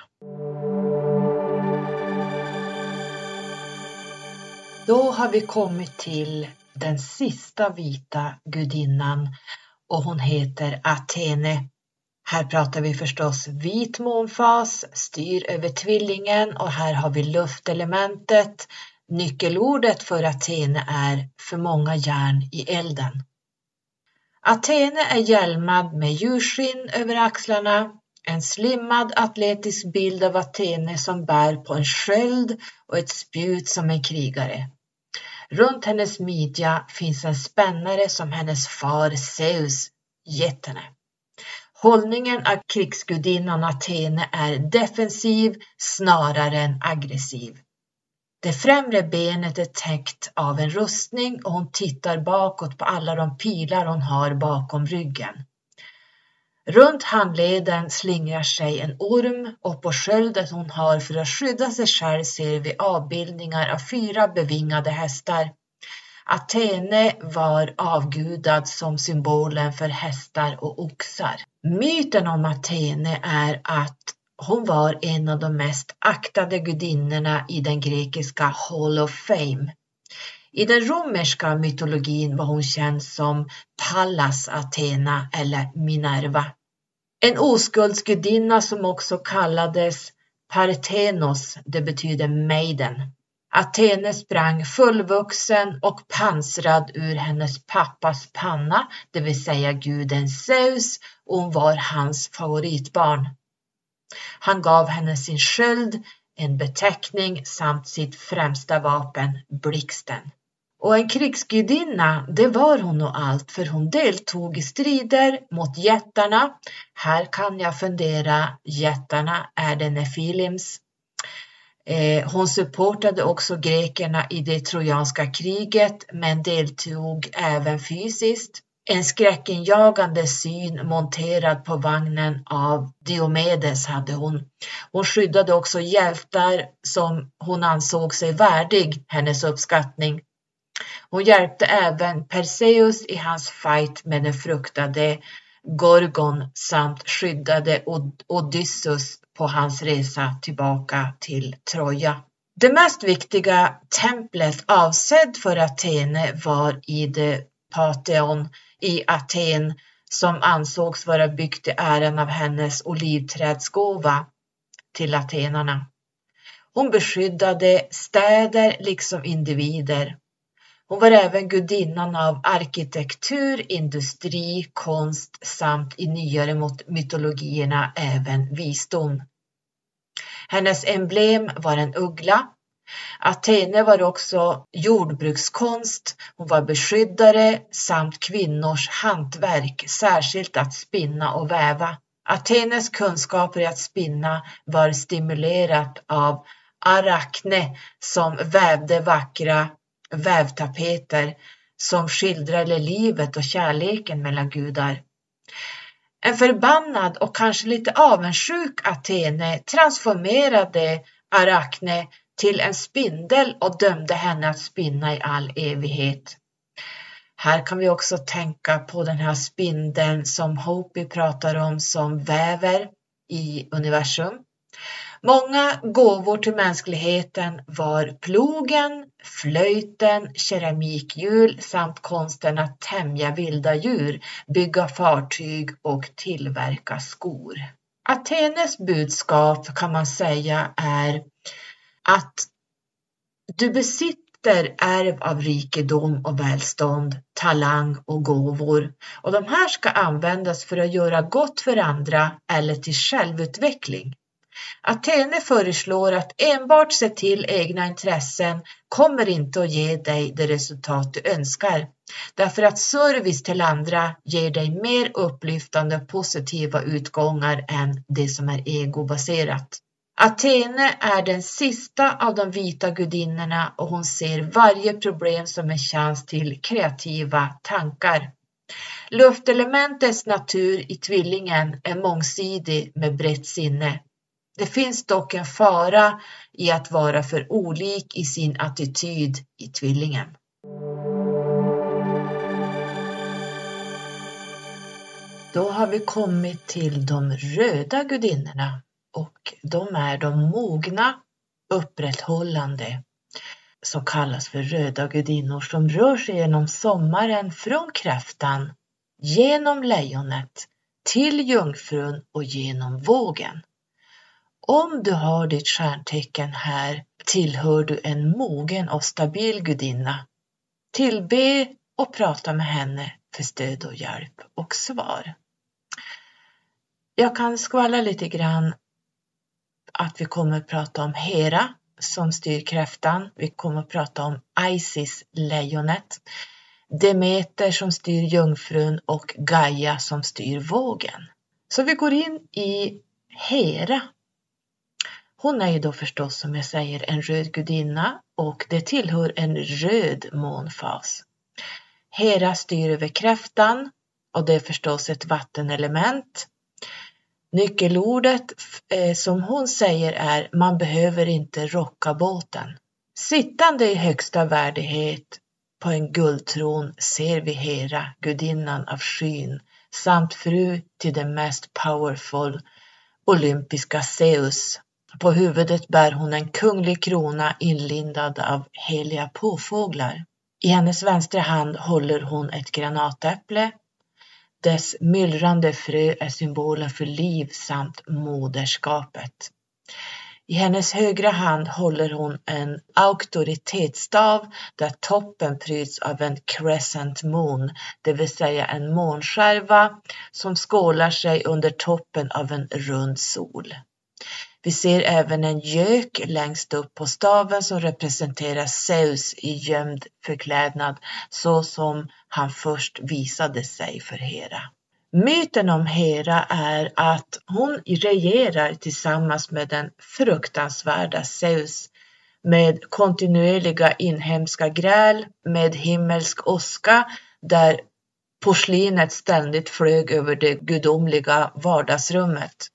Då har vi kommit till den sista vita gudinnan och hon heter Athene. Här pratar vi förstås vit månfas, styr över tvillingen och här har vi luftelementet. Nyckelordet för Athene är för många järn i elden. Athene är hjälmad med djurskinn över axlarna. En slimmad atletisk bild av Athene som bär på en sköld och ett spjut som en krigare. Runt hennes midja finns en spännare som hennes far Zeus gett henne. Hållningen av krigsgudinnan Athene är defensiv snarare än aggressiv. Det främre benet är täckt av en rustning och hon tittar bakåt på alla de pilar hon har bakom ryggen. Runt handleden slingrar sig en orm och på sköldet hon har för att skydda sig själv ser vi avbildningar av fyra bevingade hästar. Athene var avgudad som symbolen för hästar och oxar. Myten om Athene är att hon var en av de mest aktade gudinnorna i den grekiska Hall of Fame. I den romerska mytologin var hon känd som Pallas Athena eller Minerva. En oskuldsgudinna som också kallades Parthenos, det betyder maiden. Athene sprang fullvuxen och pansrad ur hennes pappas panna, det vill säga guden Zeus, och hon var hans favoritbarn. Han gav henne sin sköld, en beteckning samt sitt främsta vapen, blixten. Och en krigsgudinna, det var hon och allt, för hon deltog i strider mot jättarna. Här kan jag fundera, jättarna är det Nefilims. Eh, hon supportade också grekerna i det trojanska kriget, men deltog även fysiskt. En skräckinjagande syn monterad på vagnen av Diomedes hade hon. Hon skyddade också hjältar som hon ansåg sig värdig hennes uppskattning. Hon hjälpte även Perseus i hans fight med den fruktade Gorgon samt skyddade Od- Odysseus på hans resa tillbaka till Troja. Det mest viktiga templet avsedd för Athene var i det Pantheon i Aten som ansågs vara byggt i äran av hennes olivträdsgåva till atenarna. Hon beskyddade städer liksom individer. Hon var även gudinnan av arkitektur, industri, konst samt i nyare mytologierna även visdom. Hennes emblem var en uggla. Athene var också jordbrukskonst, hon var beskyddare samt kvinnors hantverk, särskilt att spinna och väva. Athenes kunskaper i att spinna var stimulerat av Arachne som vävde vackra vävtapeter som skildrade livet och kärleken mellan gudar. En förbannad och kanske lite avundsjuk Athene transformerade Arachne till en spindel och dömde henne att spinna i all evighet. Här kan vi också tänka på den här spindeln som Hopi pratar om som väver i universum. Många gåvor till mänskligheten var plogen, flöjten, keramikhjul samt konsten att tämja vilda djur, bygga fartyg och tillverka skor. Athenes budskap kan man säga är att du besitter ärv av rikedom och välstånd, talang och gåvor, och de här ska användas för att göra gott för andra eller till självutveckling. Athene föreslår att enbart se till egna intressen kommer inte att ge dig det resultat du önskar. Därför att service till andra ger dig mer upplyftande och positiva utgångar än det som är egobaserat. Athene är den sista av de vita gudinnorna och hon ser varje problem som en chans till kreativa tankar. Luftelementets natur i tvillingen är mångsidig med brett sinne. Det finns dock en fara i att vara för olik i sin attityd i tvillingen. Då har vi kommit till de röda gudinnorna och de är de mogna, upprätthållande, som kallas för röda gudinnor, som rör sig genom sommaren från kräftan, genom lejonet, till jungfrun och genom vågen. Om du har ditt stjärntecken här tillhör du en mogen och stabil gudinna. Tillbe och prata med henne för stöd och hjälp och svar. Jag kan skvalla lite grann att vi kommer att prata om Hera som styr kräftan. Vi kommer att prata om Isis, lejonet. Demeter som styr jungfrun och Gaia som styr vågen. Så vi går in i Hera. Hon är ju då förstås, som jag säger, en röd gudinna och det tillhör en röd månfas. Hera styr över kräftan och det är förstås ett vattenelement. Nyckelordet eh, som hon säger är: man behöver inte rocka båten. Sittande i högsta värdighet på en guldtron ser vi Hera, gudinnan av skyn, samt fru till den mest powerful olympiska Zeus. På huvudet bär hon en kunglig krona inlindad av heliga påfåglar. I hennes vänstra hand håller hon ett granatäpple. Dess myllrande frö är symbolen för liv samt moderskapet. I hennes högra hand håller hon en auktoritetsstav där toppen pryds av en crescent moon, det vill säga en månskärva som skålar sig under toppen av en rund sol. Vi ser även en gök längst upp på staven som representerar Zeus i gömd förklädnad, så som han först visade sig för Hera. Myten om Hera är att hon regerar tillsammans med den fruktansvärda Zeus med kontinuerliga inhemska gräl, med himmelsk åska där porslinet ständigt flög över det gudomliga vardagsrummet.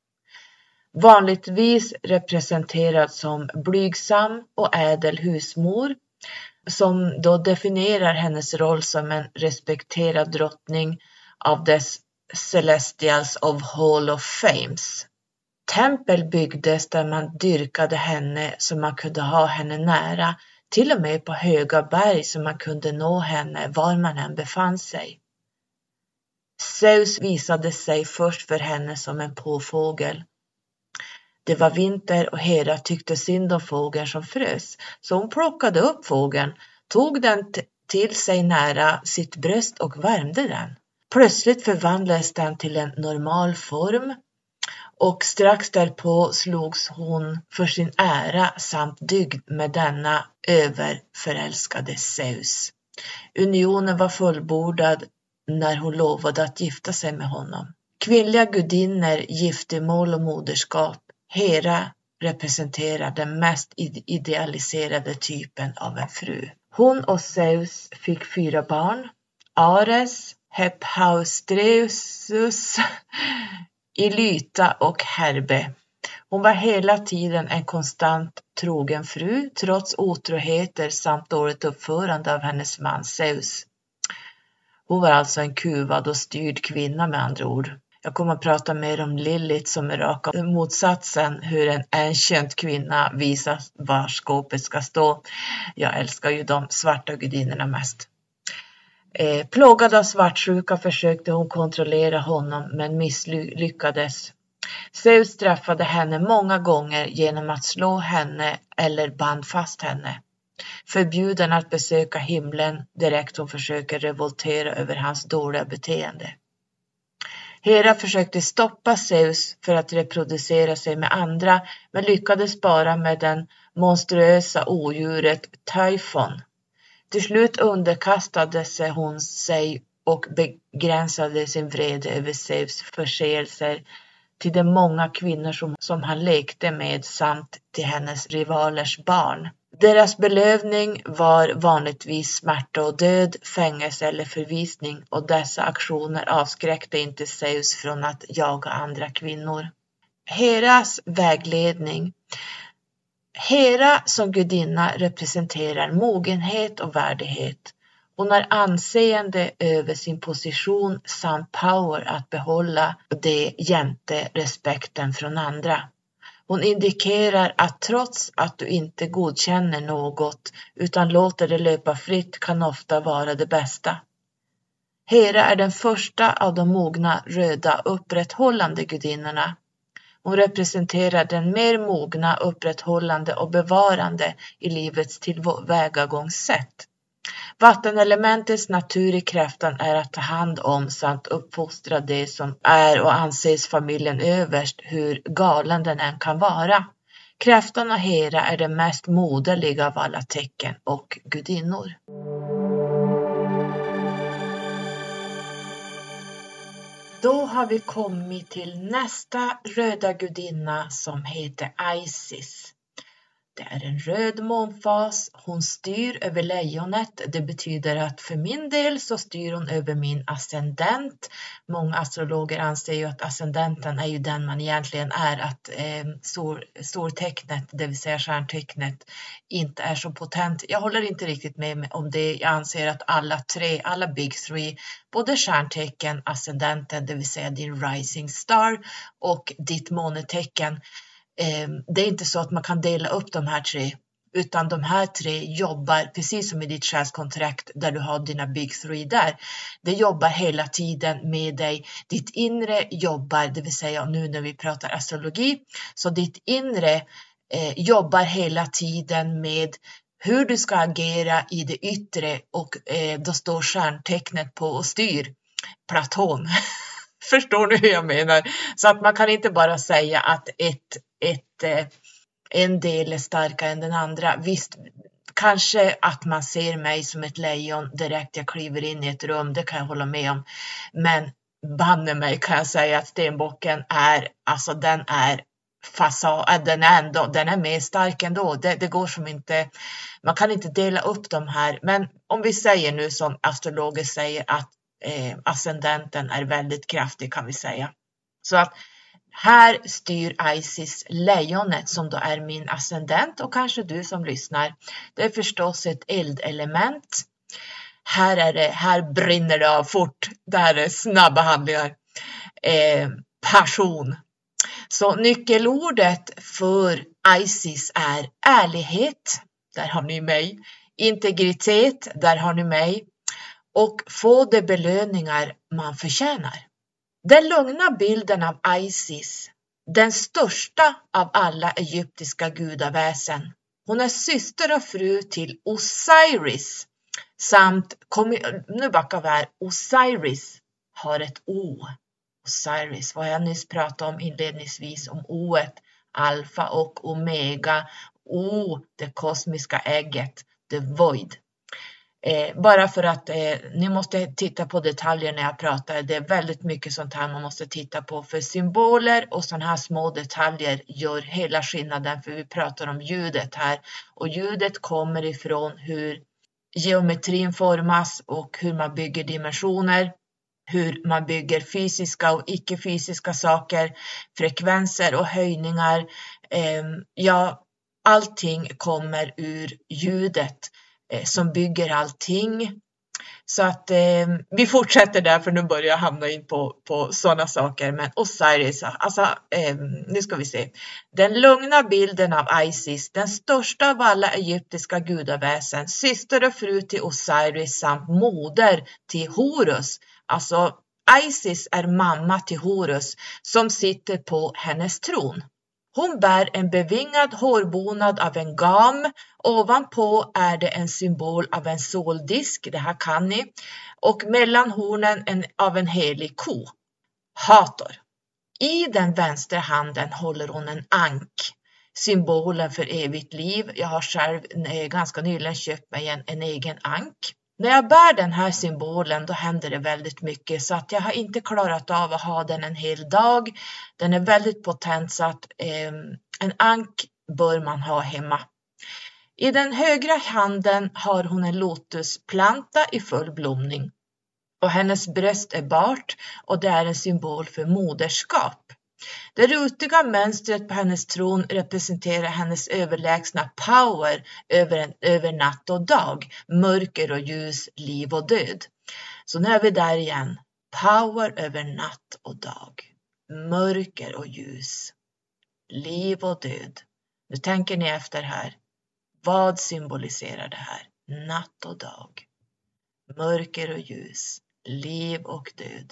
Vanligtvis representerad som blygsam och ädel husmor, som då definierar hennes roll som en respekterad drottning av dess Celestials of Hall of Fames. Tempel byggdes där man dyrkade henne så man kunde ha henne nära, till och med på höga berg så man kunde nå henne var man än befann sig. Zeus visade sig först för henne som en påfågel. Det var vinter och Hera tyckte synd om fågeln som frös, så hon plockade upp fågeln, tog den t- till sig nära sitt bröst och värmde den. Plötsligt förvandlades den till en normal form och strax därpå slogs hon för sin ära samt dygd med denna överförälskade Zeus. Unionen var fullbordad när hon lovade att gifta sig med honom. Kvinnliga gudinnor, giftermål och moderskap. Hera representerar den mest idealiserade typen av en fru. Hon och Zeus fick fyra barn. Ares, Hephaestus, Ilyta och Herbe. Hon var hela tiden en konstant trogen fru, trots otroheter samt dåligt uppförande av hennes man Zeus. Hon var alltså en kuvad och styrd kvinna med andra ord. Jag kommer att prata mer om Lilith som är raka motsatsen, hur en ancient kvinna visar var skåpet ska stå. Jag älskar ju de svarta gudinnorna mest. Eh, plågad av svartsjuka försökte hon kontrollera honom men misslyckades. Zeus straffade henne många gånger genom att slå henne eller band fast henne. Förbjuden att besöka himlen direkt hon försöker revoltera över hans dåliga beteende. Hera försökte stoppa Zeus för att reproducera sig med andra, men lyckades bara med den monstruösa odjuret Typhon. Till slut underkastade sig hon sig och begränsade sin vrede över Zeus förseelser till de många kvinnor som, som han lekte med samt till hennes rivalers barn. Deras belövning var vanligtvis smärta och död, fängelse eller förvisning, och dessa aktioner avskräckte inte Zeus från att jaga andra kvinnor. Heras vägledning. Hera som gudinna representerar mogenhet och värdighet. Hon har anseende över sin position samt power att behålla det jämte respekten från andra. Hon indikerar att trots att du inte godkänner något utan låter det löpa fritt kan ofta vara det bästa. Hera är den första av de mogna röda upprätthållande gudinnorna. Hon representerar den mer mogna, upprätthållande och bevarande i livets tillvägagångssätt. Vattenelementets natur i kräftan är att ta hand om samt uppfostra det som är och anses familjen överst, hur galen den än kan vara. Kräftan och Hera är det mest moderliga av alla tecken och gudinnor. Då har vi kommit till nästa röda gudinna som heter Isis. Det är en röd månfas, hon styr över lejonet. Det betyder att för min del så styr hon över min ascendent. Många astrologer anser ju att ascendenten är ju den man egentligen är. Att eh, stor, stortecknet, det vill säga stjärntecknet, inte är så potent. Jag håller inte riktigt med om det. Jag anser att alla tre, alla big three, både stjärntecken, ascendenten, det vill säga din rising star, och ditt månetecken, det är inte så att man kan dela upp de här tre, utan de här tre jobbar precis som i ditt själskontrakt där du har dina big three där. Det jobbar hela tiden med dig. Ditt inre jobbar, det vill säga nu när vi pratar astrologi, så ditt inre eh, jobbar hela tiden med hur du ska agera i det yttre, och eh, då står stjärntecknet på och styr Platon. Förstår ni hur jag menar? Så att man kan inte bara säga att ett, ett, en del är starkare än den andra. Visst, kanske att man ser mig som ett lejon direkt jag kliver in i ett rum, det kan jag hålla med om. Men banne mig kan jag säga att stenbocken är, alltså den är fasad, den är ändå, den är mer stark ändå. Det, det går som inte, man kan inte dela upp de här. Men om vi säger nu som astrologer säger att eh, ascendenten är väldigt kraftig, kan vi säga. Så att här styr Isis lejonet som då är min ascendent, och kanske du som lyssnar. Det är förstås ett eldelement. Här, är det, här brinner det av fort. Det här är snabba handlingar. Eh, passion. Så nyckelordet för Isis är ärlighet. Där har ni mig. Integritet. Där har ni mig. Och få de belöningar man förtjänar. Den lugna bilden av Isis, den största av alla egyptiska gudaväsen. Hon är syster och fru till Osiris. Samt, nu backar vi här, Osiris har ett O. Osiris, vad jag nyss pratade om inledningsvis om O-et, alfa och omega. O, det kosmiska ägget, the void. Eh, bara för att eh, ni måste titta på detaljer när jag pratar. Det är väldigt mycket sånt här man måste titta på. För symboler och sådana här små detaljer gör hela skillnaden. För vi pratar om ljudet här. Och ljudet kommer ifrån hur geometrin formas och hur man bygger dimensioner. Hur man bygger fysiska och icke-fysiska saker. Frekvenser och höjningar. Eh, ja, allting kommer ur ljudet som bygger allting. Så att eh, vi fortsätter där, för nu börjar jag hamna in på, på sådana saker. Men Osiris, alltså eh, nu ska vi se. Den lugna bilden av Isis, den största av alla egyptiska gudaväsen, syster och fru till Osiris samt moder till Horus. Alltså Isis är mamma till Horus som sitter på hennes tron. Hon bär en bevingad hårbonad av en gam. Ovanpå är det en symbol av en soldisk, det här kan ni. Och mellan hornen en, av en helig ko. Hator. I den vänstra handen håller hon en ank. Symbolen för evigt liv. Jag har själv eh, ganska nyligen köpt mig en, en egen ank. När jag bär den här symbolen då händer det väldigt mycket, så att jag har inte klarat av att ha den en hel dag. Den är väldigt potent, så att eh, en ank bör man ha hemma. I den högra handen har hon en lotusplanta i full blomning. Och hennes bröst är bart och det är en symbol för moderskap. Det rutiga mönstret på hennes tron representerar hennes överlägsna power över, en, över natt och dag, mörker och ljus, liv och död. Så nu är vi där igen. Power över natt och dag, mörker och ljus, liv och död. Nu tänker ni efter här. Vad symboliserar det här? Natt och dag, mörker och ljus, liv och död.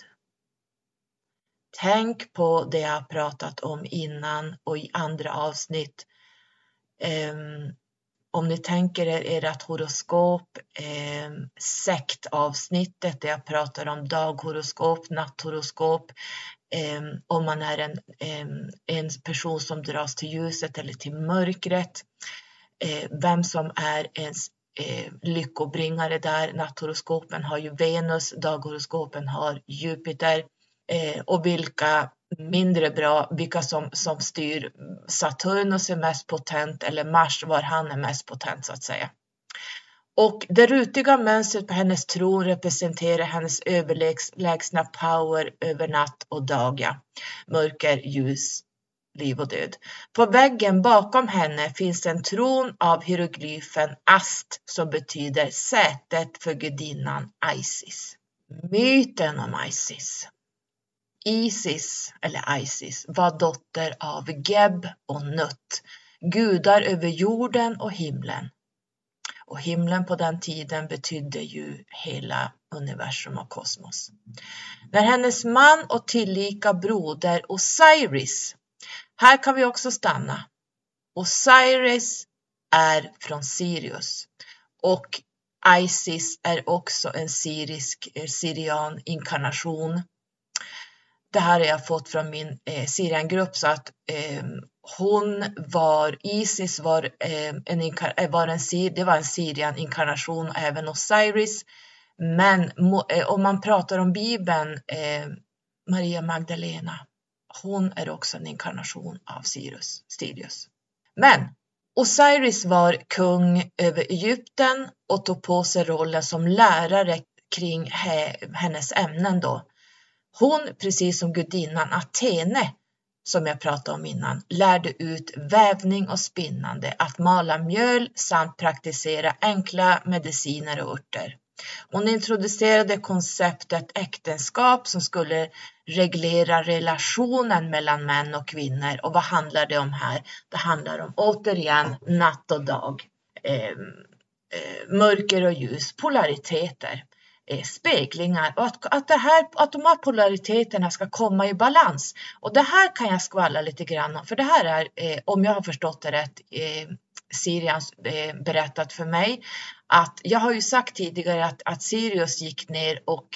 Tänk på det jag pratat om innan och i andra avsnitt. Um, om ni tänker er ert horoskop, um, sektavsnittet där jag pratar om daghoroskop, natthoroskop. Um, om man är en, um, en person som dras till ljuset eller till mörkret. Uh, vem som är ens uh, lyckobringare där. Natthoroskopen har ju Venus, daghoroskopen har Jupiter. Eh, och vilka mindre bra, vilka som, som styr Saturnus är mest potent, eller Mars, var han är mest potent så att säga. Och det rutiga mönstret på hennes tron representerar hennes överlägsna power över natt och dag, ja. Mörker, ljus, liv och död. På väggen bakom henne finns en tron av hieroglyfen Ast som betyder sätet för gudinnan Isis. Myten om Isis. Isis, eller Isis, var dotter av Geb och Nut, gudar över jorden och himlen. Och himlen på den tiden betydde ju hela universum och kosmos. När hennes man och tillika broder Osiris, här kan vi också stanna. Osiris är från Sirius och Isis är också en syrisk, syrian inkarnation. det här har jag fått från min eh, Sirian-grupp, så att eh, hon var, Isis var, eh, en, inkar- var en, det var en Sirian-inkarnation, även Osiris. Men mo, eh, om man pratar om Bibeln, eh, Maria Magdalena, hon är också en inkarnation av Sirius, Sirius. Men Osiris var kung över Egypten och tog på sig rollen som lärare kring he, hennes ämnen då. Hon, precis som gudinnan Athene, som jag pratade om innan, lärde ut vävning och spinnande, att mala mjöl samt praktisera enkla mediciner och örter. Hon introducerade konceptet äktenskap som skulle reglera relationen mellan män och kvinnor. Och vad handlar det om här? Det handlar om, återigen, natt och dag, eh, eh, mörker och ljus, polariteter, eh, speglingar. Och att, att, det här, att de här polariteterna ska komma i balans. Och det här kan jag skvalla lite grann om. För det här är, eh, om jag har förstått det rätt, eh, Sirian eh, berättat för mig. Att jag har ju sagt tidigare att, att Sirius gick ner, och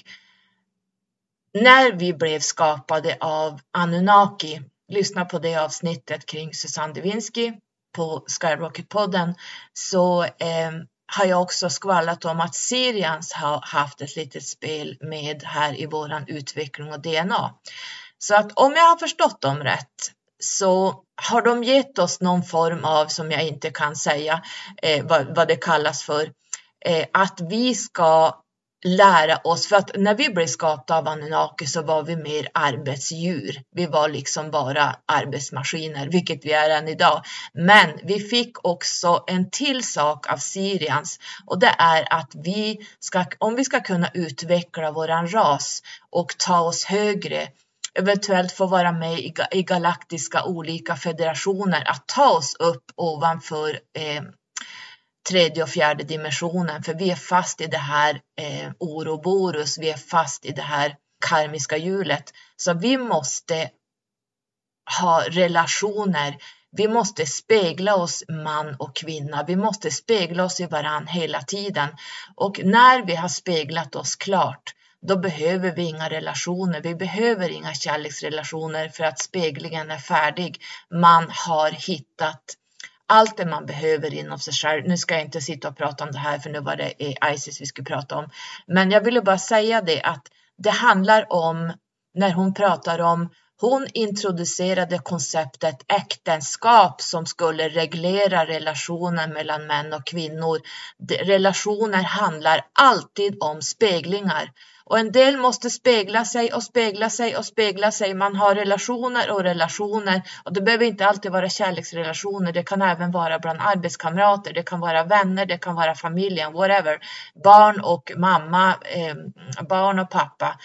när vi blev skapade av Anunnaki, lyssna på det avsnittet kring Susanne Devinsky på Skyrocket-podden, så eh, har jag också skvallrat om att Sirians har haft ett litet spel med här i våran utveckling och D N A. Så att om jag har förstått dem rätt, så har de gett oss någon form av, som jag inte kan säga eh, vad, vad det kallas för, eh, att vi ska lära oss. För att när vi blev skapade av Anunnaki så var vi mer arbetsdjur. Vi var liksom bara arbetsmaskiner, vilket vi är än idag. Men vi fick också en till sak av Sirians, och det är att vi ska, om vi ska kunna utveckla våran ras och ta oss högre, eventuellt få vara med i, i galaktiska olika federationer, att ta oss upp ovanför eh, tredje och fjärde dimensionen, för vi är fast i det här eh, Ouroboros, vi är fast i det här karmiska hjulet. Så vi måste ha relationer, vi måste spegla oss man och kvinna, vi måste spegla oss i varann hela tiden. Och när vi har speglat oss klart, då behöver vi inga relationer, vi behöver inga kärleksrelationer, för att speglingen är färdig. Man har hittat allt det man behöver inom sig själv. Nu ska jag inte sitta och prata om det här, för nu var det Isis vi skulle prata om. Men jag ville bara säga det, att det handlar om, när hon pratar om, hon introducerade konceptet äktenskap som skulle reglera relationen mellan män och kvinnor. Relationer handlar alltid om speglingar. Och en del måste spegla sig och spegla sig och spegla sig. Man har relationer och relationer. Och det behöver inte alltid vara kärleksrelationer. Det kan även vara bland arbetskamrater. Det kan vara vänner. Det kan vara familjen. Whatever. Barn och mamma. Eh, barn och pappa.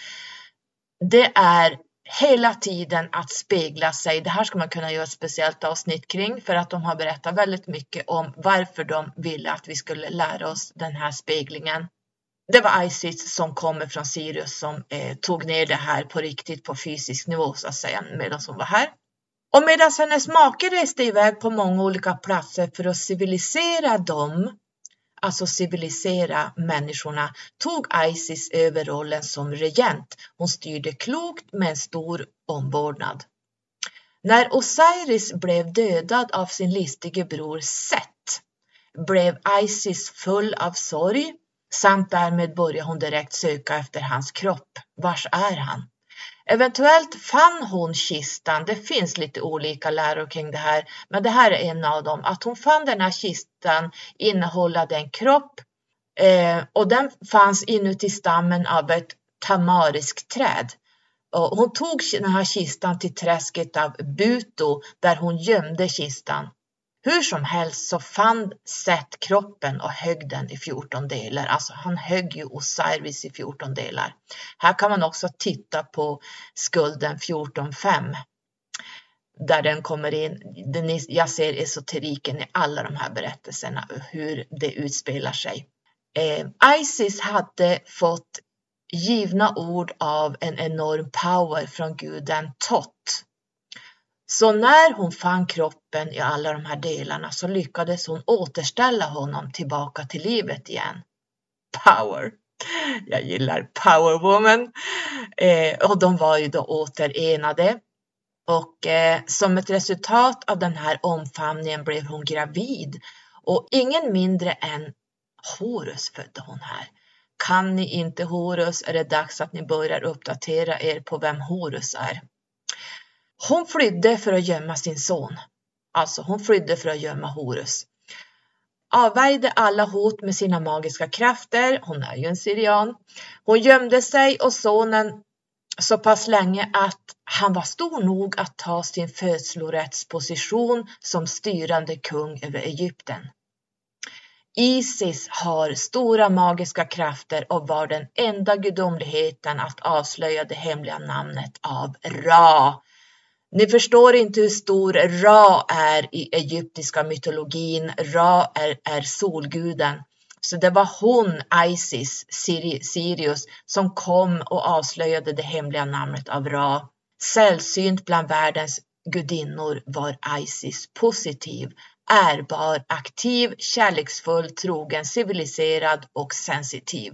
Det är hela tiden att spegla sig. Det här ska man kunna göra ett speciellt avsnitt kring. För att de har berättat väldigt mycket om varför de ville att vi skulle lära oss den här speglingen. Det var Isis som kommer från Sirius som eh, tog ner det här på riktigt på fysisk nivå, så att säga, medan hon var här. Och medan hennes make reste iväg på många olika platser för att civilisera dem, alltså civilisera människorna, tog Isis över rollen som regent. Hon styrde klokt med en stor omvårdnad. När Osiris blev dödad av sin listige bror Set, blev Isis full av sorg. Samt därmed började hon direkt söka efter hans kropp. Vars är han? Eventuellt fann hon kistan. Det finns lite olika läror kring det här. Men det här är en av dem. Att hon fann den här kistan innehållande en kropp. Eh, och den fanns inuti stammen av ett tamariskt träd. Och hon tog den här kistan till träsket av Buto, där hon gömde kistan. Hur som helst så fann Set kroppen och högg den i fjorton delar. Alltså han högg ju Osiris i fjorton delar. Här kan man också titta på skulden fjorton fem. Där den kommer in. Jag ser esoteriken i alla de här berättelserna. Hur det utspelar sig. Eh, Isis hade fått givna ord av en enorm power från guden Tot. Så när hon fann kroppen i alla de här delarna så lyckades hon återställa honom tillbaka till livet igen. Power! Jag gillar Power Woman. Eh, och de var ju då återenade. Och eh, som ett resultat av den här omfamningen blev hon gravid. Och ingen mindre än Horus födde hon här. Kan ni inte Horus är det dags att ni börjar uppdatera er på vem Horus är. Hon flydde för att gömma sin son. Alltså hon flydde för att gömma Horus. Avvärjde alla hot med sina magiska krafter. Hon är ju en syrian. Hon gömde sig och sonen så pass länge att han var stor nog att ta sin födslorättsposition som styrande kung över Egypten. Isis har stora magiska krafter och var den enda gudomligheten att avslöja det hemliga namnet av Ra. Ni förstår inte hur stor Ra är i egyptiska mytologin. Ra är, är solguden. Så det var hon, Isis, Sirius, som kom och avslöjade det hemliga namnet av Ra. Sällsynt bland världens gudinnor var Isis positiv, ärbar, aktiv, kärleksfull, trogen, civiliserad och sensitiv.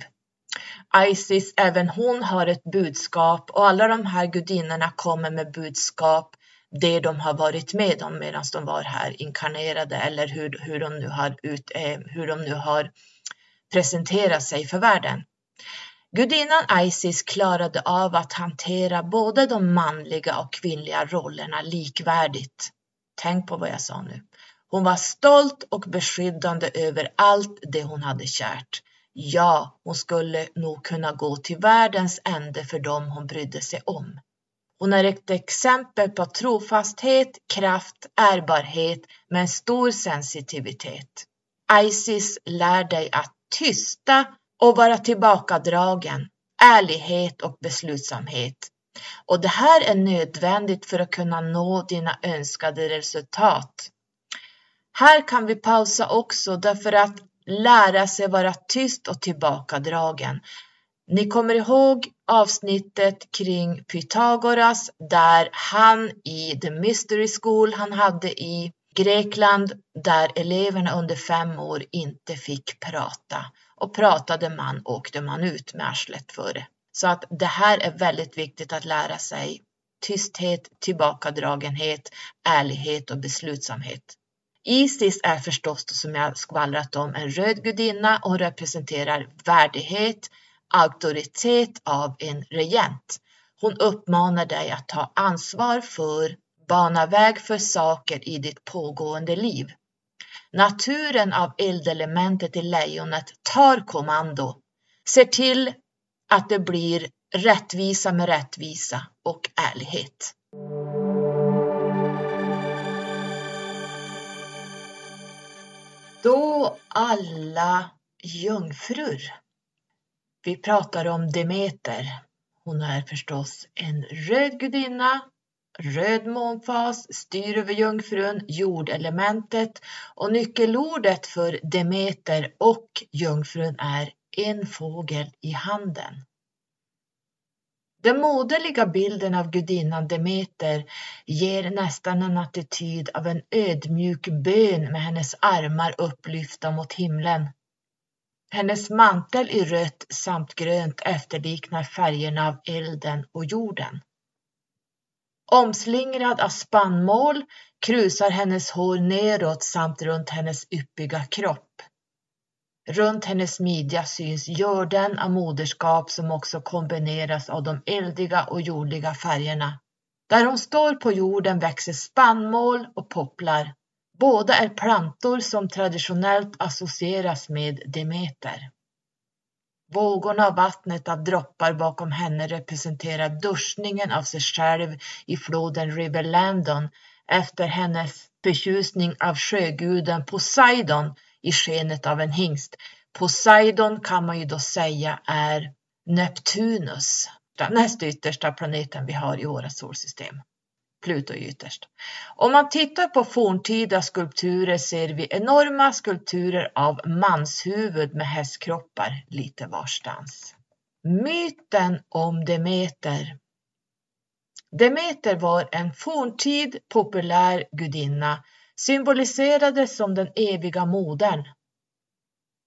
Isis, även hon har ett budskap och alla de här gudinnorna kommer med budskap, det de har varit med om medan de var här inkarnerade eller hur, hur, de, nu har ut, eh, hur de nu har presenterat sig för världen. Gudinnan Isis klarade av att hantera både de manliga och kvinnliga rollerna likvärdigt. Tänk på vad jag sa nu. Hon var stolt och beskyddande över allt det hon hade kärt. Ja, hon skulle nog kunna gå till världens ände för dem hon brydde sig om. Hon är ett exempel på trofasthet, kraft, ärbarhet med en stor sensitivitet. Isis lär dig att tysta och vara tillbakadragen, ärlighet och beslutsamhet. Och det här är nödvändigt för att kunna nå dina önskade resultat. Här kan vi pausa också därför att lära sig vara tyst och tillbakadragen. Ni kommer ihåg avsnittet kring Pythagoras där han i The Mystery School han hade i Grekland där eleverna under fem år inte fick prata. Och pratade man åkte man ut med arslet före. Så att det här är väldigt viktigt att lära sig. Tysthet, tillbakadragenhet, ärlighet och beslutsamhet. Isis är förstås som jag skvallrat om en röd gudinna och representerar värdighet, auktoritet av en regent. Hon uppmanar dig att ta ansvar för, bana väg för saker i ditt pågående liv. Naturen av eldelementet i lejonet tar kommando. Ser till att det blir rättvisa med rättvisa och ärlighet. Då alla jungfrur. Vi pratar om Demeter. Hon är förstås en röd gudinna, röd månfas, styr över jungfrun, jordelementet och nyckelordet för Demeter och jungfrun är en fågel i handen. Den moderliga bilden av gudinnan Demeter ger nästan en attityd av en ödmjuk bön med hennes armar upplyfta mot himlen. Hennes mantel i rött samt grönt efterliknar färgerna av elden och jorden. Omslingrad av spannmål krusar hennes hår neråt samt runt hennes yppiga kropp. Runt hennes midja syns görden av moderskap som också kombineras av de eldiga och jordliga färgerna. Där hon står på jorden växer spannmål och popplar. Båda är plantor som traditionellt associeras med Demeter. Vågorna av vattnet av droppar bakom henne representerar duschningen av sig själv i floden River Landon efter hennes förtjusning av sjöguden Poseidon i skenet av en hingst. Poseidon kan man ju då säga är Neptunus, den näst yttersta planeten vi har i våra solsystem. Pluto är ytterst. Om man tittar på forntida skulpturer ser vi enorma skulpturer av manshuvud med hästkroppar lite varstans. Myten om Demeter. Demeter var en forntid populär gudinna, symboliserades som den eviga modern.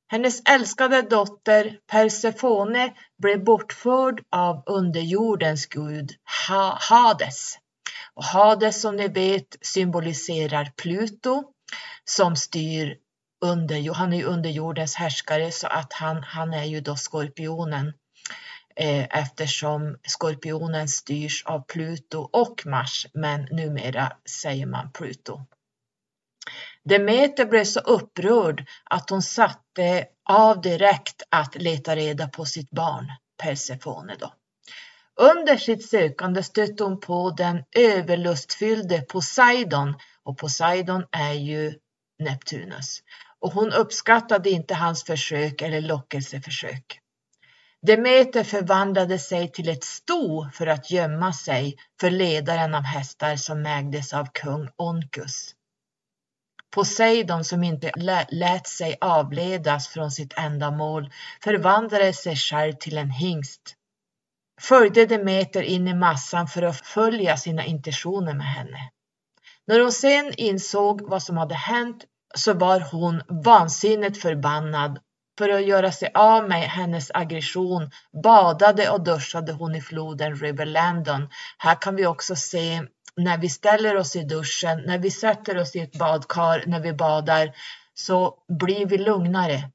Hennes älskade dotter Persefone blev bortförd av underjordens gud Hades. Och Hades, som ni vet, symboliserar Pluto som styr under, han är ju underjordens härskare, så att han, han är ju då skorpionen. Eftersom skorpionen styrs av Pluto och Mars, men numera säger man Pluto. Demeter blev så upprörd att hon satte av direkt att leta reda på sitt barn, Persefone då. Under sitt sökande stötte hon på den överlustfyllde Poseidon, och Poseidon är ju Neptunus. Och hon uppskattade inte hans försök eller lockelseförsök. Demeter förvandlade sig till ett sto för att gömma sig för ledaren av hästar som ägdes av kung Oncus. Poseidon, som inte lät sig avledas från sitt ändamål, förvandlade sig själv till en hingst. Följde Demeter in i massan för att följa sina intentioner med henne. När hon sen insåg vad som hade hänt så var hon vansinnigt förbannad. För att göra sig av med hennes aggression badade och duschade hon i floden River Landon. Här kan vi också se när vi ställer oss i duschen, när vi sätter oss i ett badkar, när vi badar, så blir vi lugnare.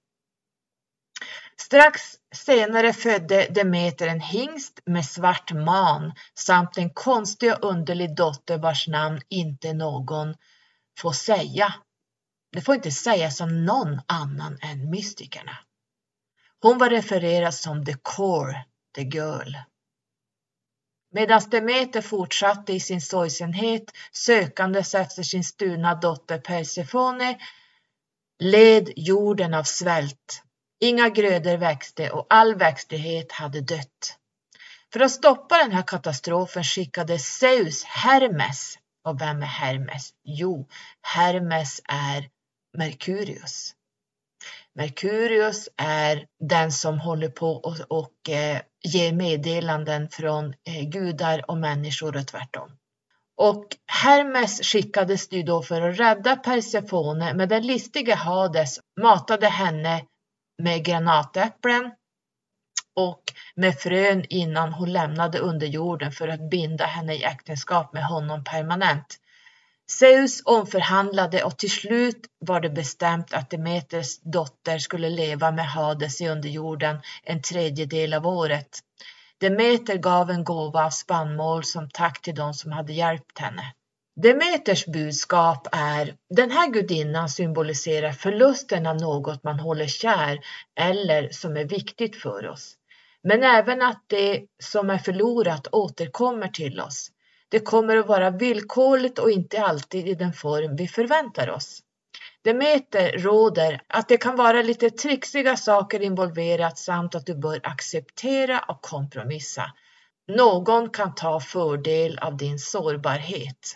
Strax senare födde Demeter en hingst med svart man samt en konstig och underlig dotter vars namn inte någon får säga. Det får inte sägas om någon annan än mystikerna. Hon var refererad som the core, the girl. Medan Demeter fortsatte i sin sorgsenhet, sökandes efter sin stulna dotter Persefone, led jorden av svält. Inga grödor växte och all växtlighet hade dött. För att stoppa den här katastrofen skickade Zeus Hermes. Och vem är Hermes? Jo, Hermes är Merkurius. Merkurius är den som håller på och, och eh, ger meddelanden från eh, gudar och människor och tvärtom. Och Hermes skickades ju då för att rädda Persefone, men den listige Hades matade henne med granatäpplen och med frön innan hon lämnade underjorden för att binda henne i äktenskap med honom permanent. Zeus omförhandlade och till slut var det bestämt att Demeters dotter skulle leva med Hades i underjorden en tredjedel av året. Demeter gav en gåva av spannmål som tack till de som hade hjälpt henne. Demeters budskap är: den här gudinnan symboliserar förlusten av något man håller kär eller som är viktigt för oss. Men även att det som är förlorat återkommer till oss. Det kommer att vara villkorligt och inte alltid i den form vi förväntar oss. Demeter råder att det kan vara lite trixiga saker involverat samt att du bör acceptera och kompromissa. Någon kan ta fördel av din sårbarhet.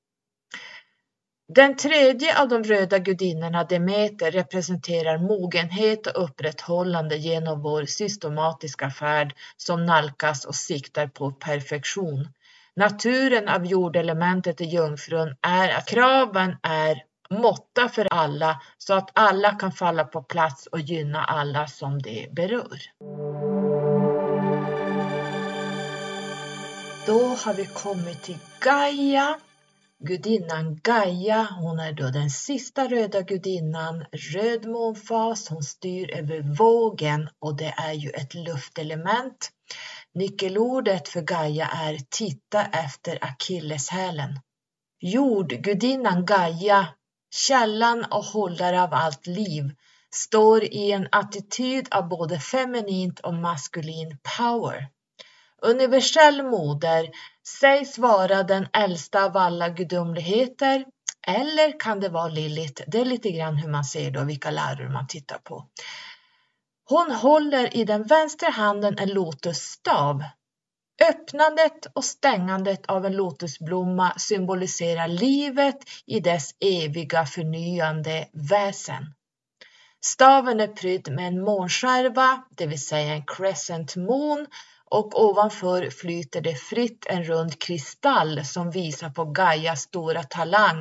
Den tredje av de röda gudinnorna, Demeter, representerar mogenhet och upprätthållande genom vår systematiska färd som nalkas och siktar på perfektion. Naturen av jordelementet i jungfrun är att kraven är måtta för alla så att alla kan falla på plats och gynna alla som det berör. Då har vi kommit till Gaia. Gudinnan Gaia, hon är då den sista röda gudinnan, röd månfas, hon styr över vågen och det är ju ett luftelement. Nyckelordet för Gaia är titta efter akilleshälen. Jordgudinnan Gaia, källan och hållare av allt liv, står i en attityd av både feminint och maskulin power. Universell moder sägs vara den äldsta av alla gudomligheter, eller kan det vara Lilith? Det är lite grann hur man ser då, vilka läror man tittar på. Hon håller i den vänstra handen en lotusstav. Öppnandet och stängandet av en lotusblomma symboliserar livet i dess eviga förnyande väsen. Staven är prydd med en månskärva, det vill säga en crescent moon, och ovanför flyter det fritt en rund kristall som visar på Gaias stora talang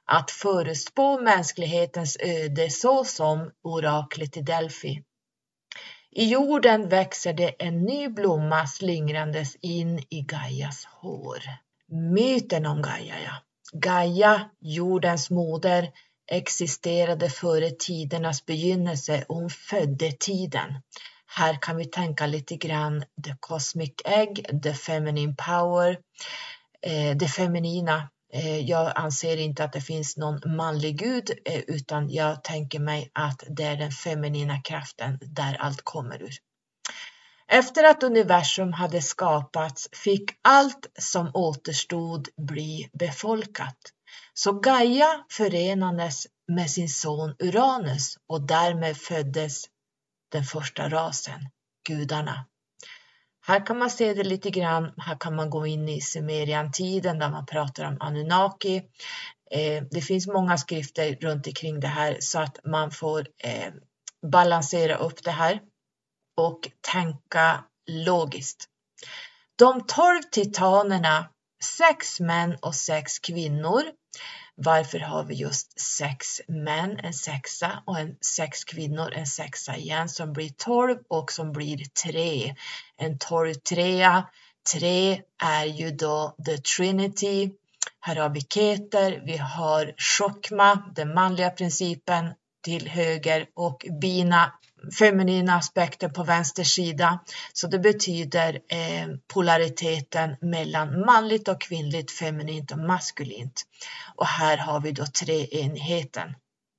att förutspå mänsklighetens öde så som oraklet i Delphi. I jorden växer det en ny blomma slingrandes in i Gaias hår. Myten om Gaia, ja. Gaia, jordens moder, existerade före tidernas begynnelse och hon födde tiden. Här kan vi tänka lite grann the cosmic egg, the feminine power, eh, det feminina. Eh, jag anser inte att det finns någon manlig gud eh, utan jag tänker mig att det är den feminina kraften där allt kommer ur. Efter att universum hade skapats fick allt som återstod bli befolkat. Så Gaia förenades med sin son Uranus och därmed föddes den första rasen, gudarna. Här kan man se det lite grann, här kan man gå in i Sumerian-tiden där man pratar om Anunnaki. Eh, det finns många skrifter runt omkring det här så att man får eh, balansera upp det här och tänka logiskt. De tolv titanerna, sex män och sex kvinnor. Varför har vi just sex män, en sexa och en sex kvinnor, en sexa igen som blir tolv och som blir tre. En tolv trea, tre är ju då the trinity. Här har vi Keter, vi har Chokma, den manliga principen till höger och Bina, feminina aspekter på vänster sida. Så det betyder eh, polariteten mellan manligt och kvinnligt, feminint och maskulint. Och här har vi då treenigheten.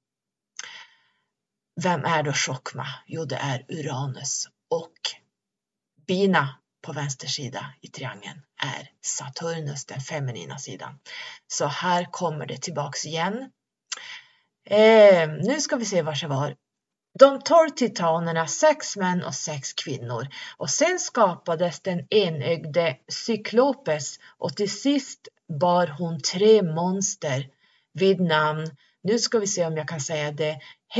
Vem är då Chokma? Jo, det är Uranus. Och Bina på vänster sida i triangeln är Saturnus, den feminina sidan. Så här kommer det tillbaks igen. Eh, nu ska vi se var det var. De tolv titanerna, sex män och sex kvinnor. Och sen skapades den enögde Cyklopes och till sist bar hon tre monster vid namn, nu ska vi se om jag kan säga det,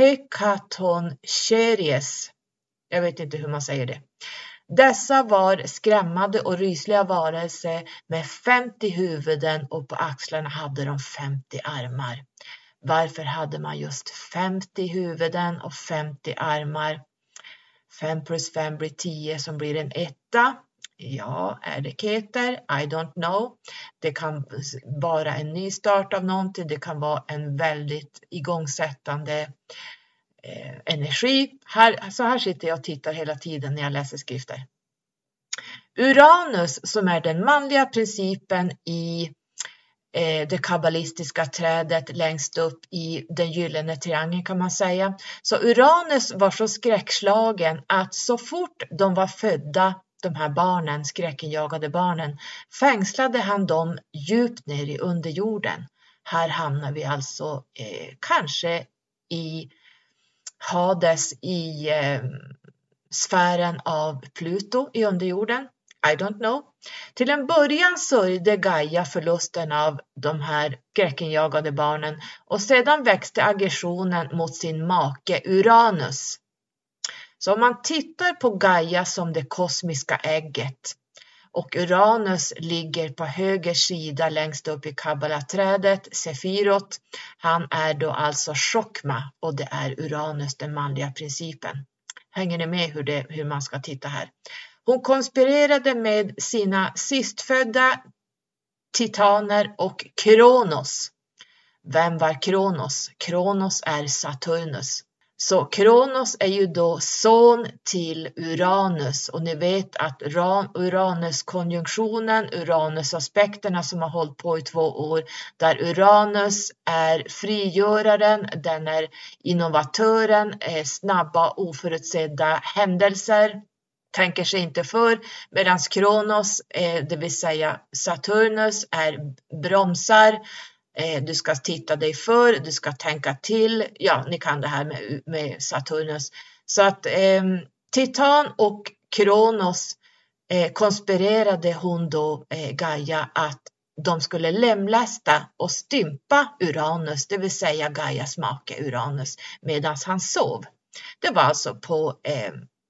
Hekatoncheires. Jag vet inte hur man säger det. Dessa var skrämmande och rysliga varelser med femtio huvuden och på axlarna hade de femtio armar. Varför hade man just femtio huvuden och femtio armar? fem plus fem blir tio som blir en etta. Ja, är det Keter? I don't know. Det kan vara en ny start av någonting. Det kan vara en väldigt igångsättande eh, energi. Här, så här sitter jag och tittar hela tiden när jag läser skrifter. Uranus som är den manliga principen i det kabbalistiska trädet längst upp i den gyllene triangeln kan man säga. Så Uranus var så skräckslagen att så fort de var födda, de här barnen, skräckenjagade barnen, fängslade han dem djupt ner i underjorden. Här hamnar vi alltså eh, kanske i Hades, i eh, sfären av Pluto i underjorden. I don't know. Till en början sörjde Gaia förlusten av de här skräckenjagade barnen och sedan växte aggressionen mot sin make Uranus. Så om man tittar på Gaia som det kosmiska ägget och Uranus ligger på höger sida längst upp i kabbalaträdet, Sefirot, han är då alltså Chokma och det är Uranus, den manliga principen. Hänger ni med hur, det, hur man ska titta här? Hon konspirerade med sina sistfödda titaner och Kronos. Vem var Kronos? Kronos är Saturnus. Så Kronos är ju då son till Uranus och ni vet att Uranus-konjunktionen, Uranus-aspekterna som har hållit på i två år, där Uranus är frigöraren, den är innovatören, är snabba oförutsedda händelser. Tänker sig inte för, medan Kronos, eh, det vill säga Saturnus, är bromsar. Eh, du ska titta dig för, du ska tänka till. Ja, ni kan det här med, med Saturnus. Så att eh, Titan och Kronos eh, konspirerade hon då eh, Gaia att de skulle lemlästa och stympa Uranus, det vill säga Gaias make Uranus, medan han sov. Det var alltså på eh,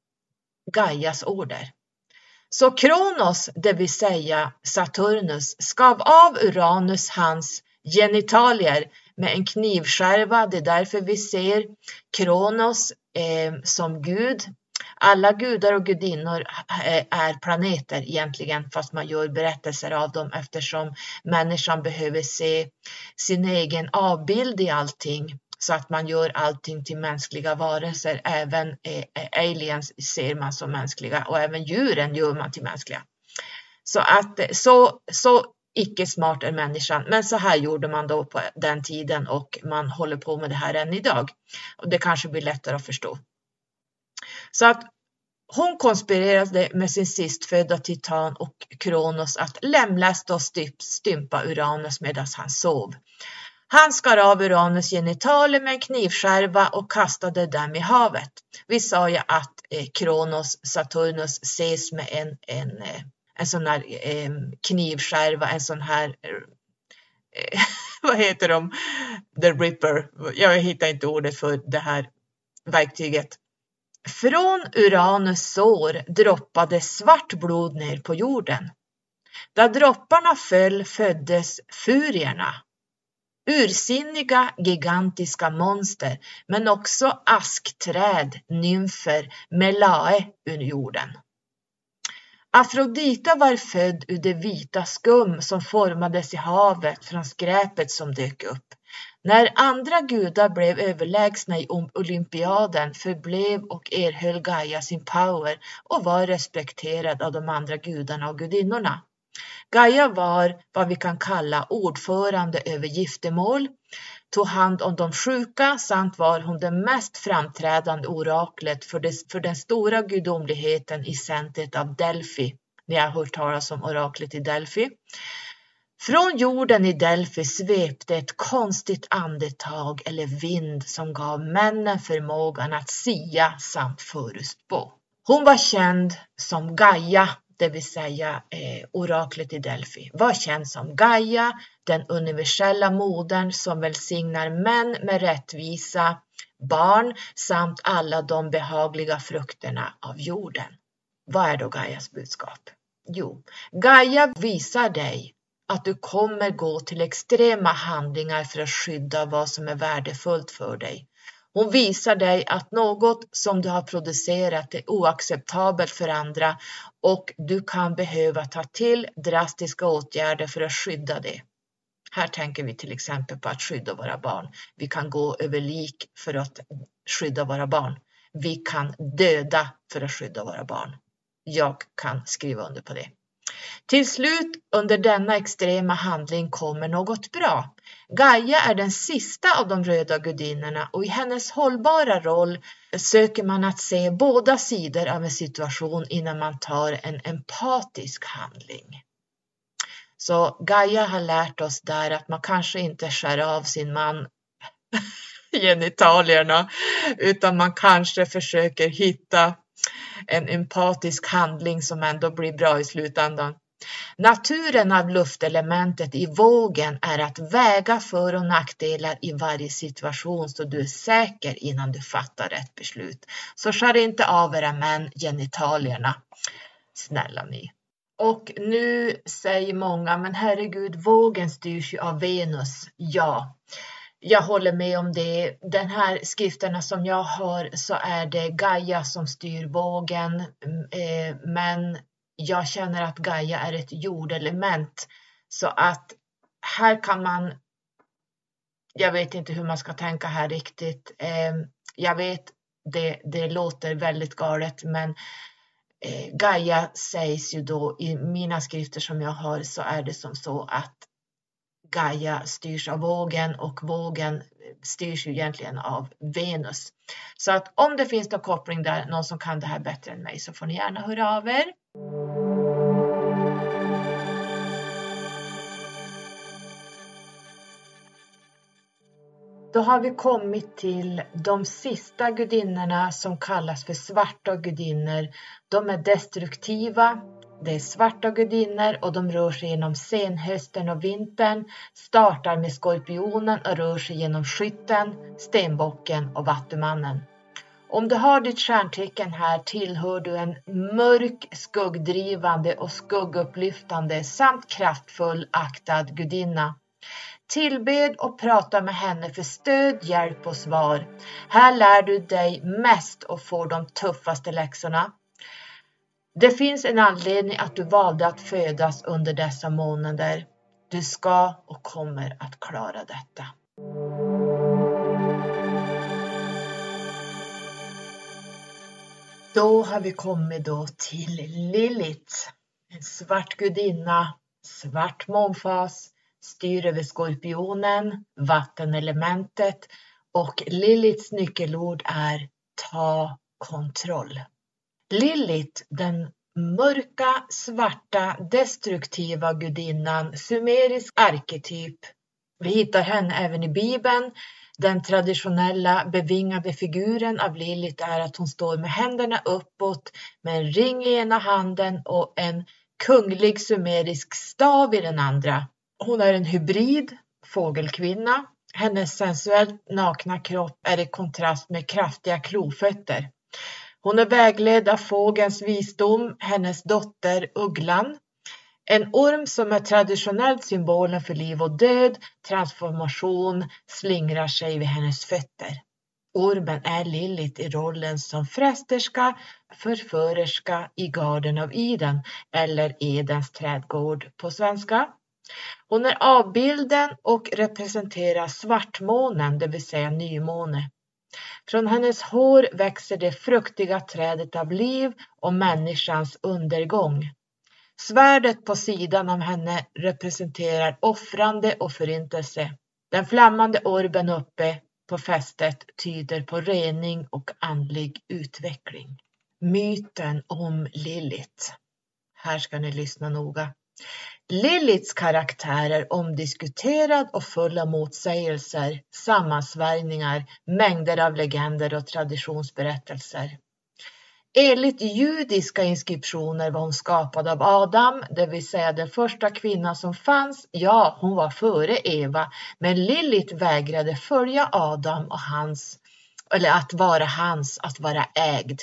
Gaias order. Så Kronos, det vill säga Saturnus, skav av Uranus hans genitalier med en knivskärva. Det är därför vi ser Kronos eh, som gud. Alla gudar och gudinnor är planeter egentligen, fast man gör berättelser av dem eftersom människan behöver se sin egen avbild i allting. Så att man gör allting till mänskliga varelser. Även eh, aliens ser man som mänskliga och även djuren gör man till mänskliga. Så att så, så icke smart är människan. Men så här gjorde man då på den tiden och man håller på med det här än idag. Och det kanske blir lättare att förstå. Så att hon konspirerade med sin sistfödda titan och Kronos att lemlästa och stympa Uranus medan han sov. Han skar av Uranus genitaler med en knivskärva och kastade dem i havet. Vi sa ju att eh, Kronos, Saturnus ses med en, en, eh, en sån här eh, knivskärva, en sån här, eh, vad heter de? The Ripper. Jag hittar inte ordet för det här verktyget. Från Uranus sår droppade svart blod ner på jorden. Där dropparna föll föddes furierna. Ursinniga gigantiska monster, men också askträd, nymfer, melae ur jorden. Afrodita var född ur det vita skum som formades i havet från skräpet som dök upp. När andra gudar blev överlägsna i olympiaden förblev och erhöll Gaia sin power och var respekterad av de andra gudarna och gudinnorna. Gaia var vad vi kan kalla ordförande över giftermål, tog hand om de sjuka samt var hon det mest framträdande oraklet för, det, för den stora gudomligheten i centret av Delphi. Ni har hört talas om oraklet i Delphi. Från jorden i Delphi svepte ett konstigt andetag eller vind som gav männen förmågan att sia samt förutspå. Hon var känd som Gaia, det vill säga eh, oraklet i Delphi. Var känd som Gaia, den universella modern som välsignar män med rättvisa, barn samt alla de behagliga frukterna av jorden. Vad är då Gaias budskap? Jo, Gaia visar dig att du kommer gå till extrema handlingar för att skydda vad som är värdefullt för dig. Hon visar dig att något som du har producerat är oacceptabelt för andra och du kan behöva ta till drastiska åtgärder för att skydda det. Här tänker vi till exempel på att skydda våra barn. Vi kan gå över lik för att skydda våra barn. Vi kan döda för att skydda våra barn. Jag kan skriva under på det. Till slut under denna extrema handling kommer något bra. Gaia är den sista av de röda gudinnorna och i hennes hållbara roll söker man att se båda sidor av en situation innan man tar en empatisk handling. Så Gaia har lärt oss där att man kanske inte skär av sin man genitalierna utan man kanske försöker hitta en empatisk handling som ändå blir bra i slutändan. Naturen av luftelementet i vågen är att väga för- och nackdelar i varje situation så du är säker innan du fattar rätt beslut. Så skär inte av era män genitalierna, snälla ni. Och nu säger många, men herregud, vågen styrs ju av Venus. Ja, jag håller med om det. Den här skrifterna som jag har så är det Gaia som styr vågen. Eh, men jag känner att Gaia är ett jordelement. Så att här kan man, jag vet inte hur man ska tänka här riktigt. Eh, jag vet, det, det låter väldigt galet men eh, Gaia sägs ju då i mina skrifter som jag har så är det som så att Gaia styrs av vågen och vågen styrs ju egentligen av Venus. Så att om det finns någon koppling där, någon som kan det här bättre än mig så får ni gärna höra av er. Då har vi kommit till de sista gudinnorna som kallas för svarta gudinnor. De är destruktiva. Det är svarta gudinnor och de rör sig genom senhösten och vintern, startar med skorpionen och rör sig genom skytten, stenbocken och vattumannen. Om du har ditt stjärntecken här tillhör du en mörk, skuggdrivande och skuggupplyftande samt kraftfull aktad gudinna. Tillbed och prata med henne för stöd, hjälp och svar. Här lär du dig mest och får de tuffaste läxorna. Det finns en anledning att du valde att födas under dessa månader. Du ska och kommer att klara detta. Då har vi kommit då till Lilith. En svart gudinna, svart månfas, styr över skorpionen, vattenelementet och Liliths nyckelord är ta kontroll. Lilith, den mörka, svarta, destruktiva gudinnan, sumerisk arketyp. Vi hittar henne även i Bibeln. Den traditionella bevingade figuren av Lilith är att hon står med händerna uppåt med en ring i ena handen och en kunglig sumerisk stav i den andra. Hon är en hybrid fågelkvinna. Hennes sensuellt nakna kropp är i kontrast med kraftiga klofötter. Hon är vägledd av fågelns visdom, hennes dotter Ugglan. En orm som är traditionellt symbolen för liv och död, transformation, slingrar sig vid hennes fötter. Ormen är Lilith i rollen som frästerska, förförerska i Garden of Eden eller Edens trädgård på svenska. Hon är avbilden och representerar svartmånen, det vill säga nymåne. Från hennes hår växer det fruktiga trädet av liv och människans undergång. Svärdet på sidan av henne representerar offrande och förintelse. Den flammande orben uppe på fästet tyder på rening och andlig utveckling. Myten om Lilith. Här ska ni lyssna noga. Liliths karaktär är omdiskuterad och full av motsägelser, sammansvärjningar, mängder av legender och traditionsberättelser. Enligt judiska inskriptioner var hon skapad av Adam, det vill säga den första kvinnan som fanns. Ja, hon var före Eva, men Lilith vägrade följa Adam och hans, eller att vara hans, att vara ägd.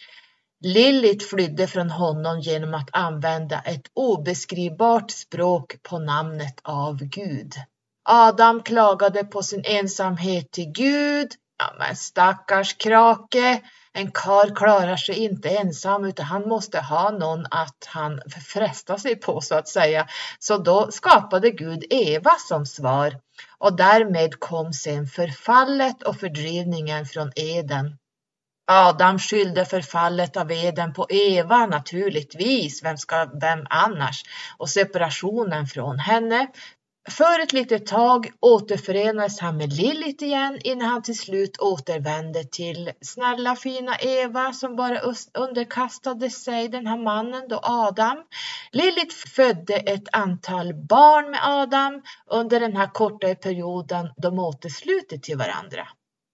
Lilith flydde från honom genom att använda ett obeskrivbart språk på namnet av Gud. Adam klagade på sin ensamhet till Gud. Ja, men stackars krake. En karl klarar sig inte ensam utan han måste ha någon att han fresta sig på så att säga. Så då skapade Gud Eva som svar. Och därmed kom sen förfallet och fördrivningen från Eden. Adam skyllde förfallet av Eden på Eva naturligtvis, vem ska vem annars, och separationen från henne. För ett litet tag återförenades han med Lilith igen innan han till slut återvände till snälla fina Eva som bara underkastade sig den här mannen då Adam. Lilith födde ett antal barn med Adam under den här korta perioden de återslutade till varandra.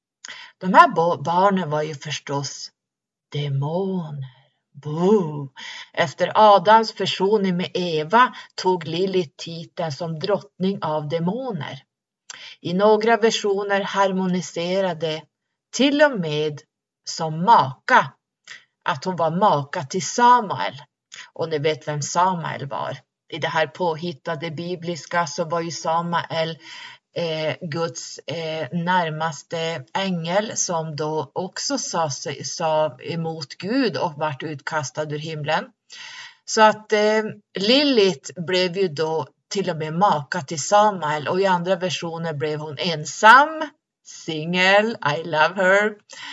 De här barnen var ju förstås demoner. Boo. Efter Adams försoning med Eva tog Lilith titeln som drottning av demoner. I några versioner harmoniserade till och med som maka. Att hon var maka till Samuel. Och ni vet vem Samuel var. I det här påhittade bibliska så var ju Samuel Eh, Guds eh, närmaste ängel som då också sa, sig, sa emot Gud och vart utkastad ur himlen. Så att eh, Lilith blev ju då till och med maka till Samuel och i andra versioner blev hon ensam, singel, I love her.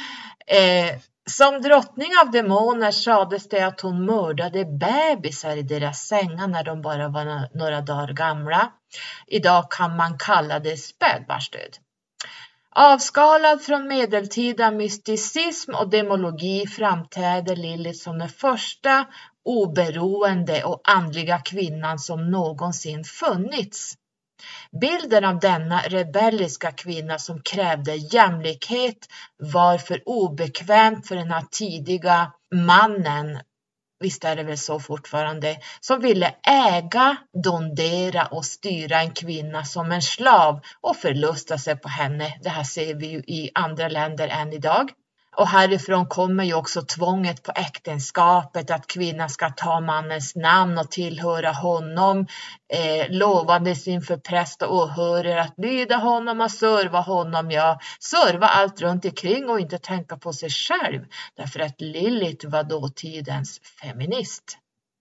Eh, som drottning av demoner sades det att hon mördade bebisar i deras sängar när de bara var några dagar gamla. Idag kan man kalla det spädbarnsdöd. Avskalad från medeltida mysticism och demologi framträder Lilith som den första oberoende och andliga kvinnan som någonsin funnits. Bilden av denna rebelliska kvinna som krävde jämlikhet var för obekvämt för den här tidiga mannen, visst är det väl så fortfarande, som ville äga, dondera och styra en kvinna som en slav och förlusta sig på henne. Det här ser vi ju i andra länder än idag. Och härifrån kommer ju också tvånget på äktenskapet, att kvinnan ska ta mannens namn och tillhöra honom, eh, lovandes inför präst och åhörare att lyda honom och serva honom, ja, serva allt runt omkring och inte tänka på sig själv, därför att Lilith var dåtidens feminist.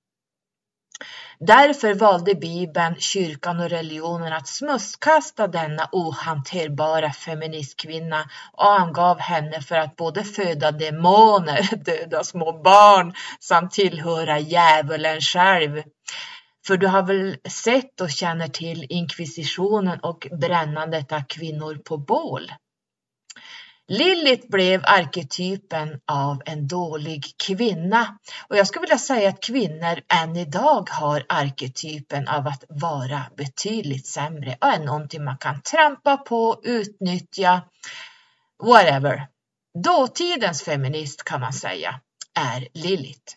Därför valde Bibeln, kyrkan och religionen att smutskasta denna ohanterbara feministkvinna och angav henne för att både föda demoner, döda små barn samt tillhöra djävulen själv. För du har väl sett och känner till inkvisitionen och brännandet av kvinnor på bål. Lilith blev arketypen av en dålig kvinna, och jag skulle vilja säga att kvinnor än idag har arketypen av att vara betydligt sämre och är någonting man kan trampa på, utnyttja, whatever. Dåtidens feminist kan man säga är Lilith.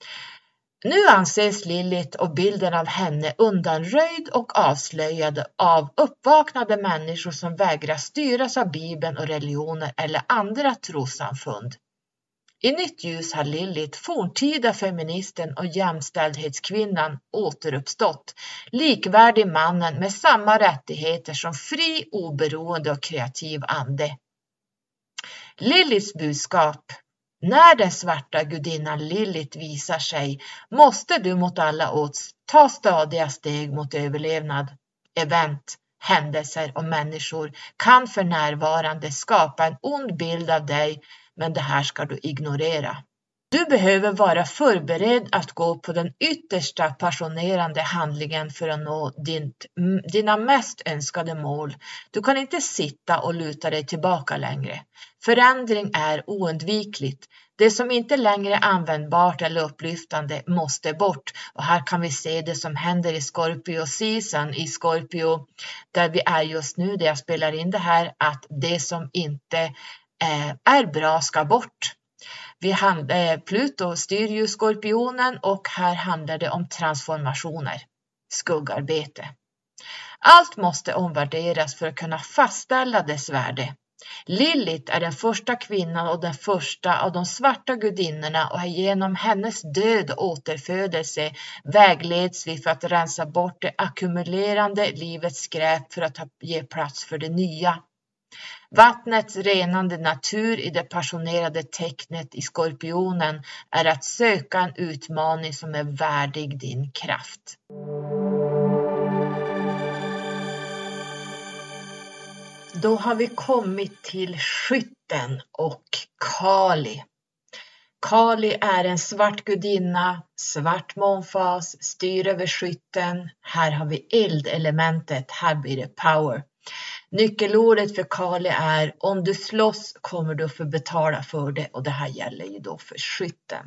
Nu anses Lilith och bilden av henne undanröjd och avslöjad av uppvaknade människor som vägrar styras av Bibeln och religioner eller andra trossamfund. I nytt ljus har Lilith, forntida feministen och jämställdhetskvinnan, återuppstått, likvärdig mannen med samma rättigheter som fri, oberoende och kreativ ande. Liliths budskap: när den svarta gudinnan Lilith visar sig måste du mot alla odds ta stadiga steg mot överlevnad. Event, händelser och människor kan för närvarande skapa en ond bild av dig, men det här ska du ignorera. Du behöver vara förberedd att gå på den yttersta passionerande handlingen för att nå din, dina mest önskade mål. Du kan inte sitta och luta dig tillbaka längre. Förändring är oundvikligt. Det som inte längre är användbart eller upplyftande måste bort. Och här kan vi se det som händer i Scorpio season, i Scorpio där vi är just nu, där jag spelar in det här, att det som inte eh, är bra ska bort. Vi hand, eh, Pluto styr ju Skorpionen och här handlar det om transformationer, skuggarbete. Allt måste omvärderas för att kunna fastställa dess värde. Lilith är den första kvinnan och den första av de svarta gudinnorna, och genom hennes död och återfödelse vägleds vi för att rensa bort det ackumulerande livets skräp för att ge plats för det nya. Vattnets renande natur i det passionerade tecknet i Skorpionen är att söka en utmaning som är värdig din kraft. Då har vi kommit till skytten och Kali. Kali är en svart gudinna, svart månfas, styr över skytten. Här har vi eldelementet, här blir det power. Nyckelordet för Kali är: om du slåss kommer du få betala för det, och det här gäller ju då för skytten.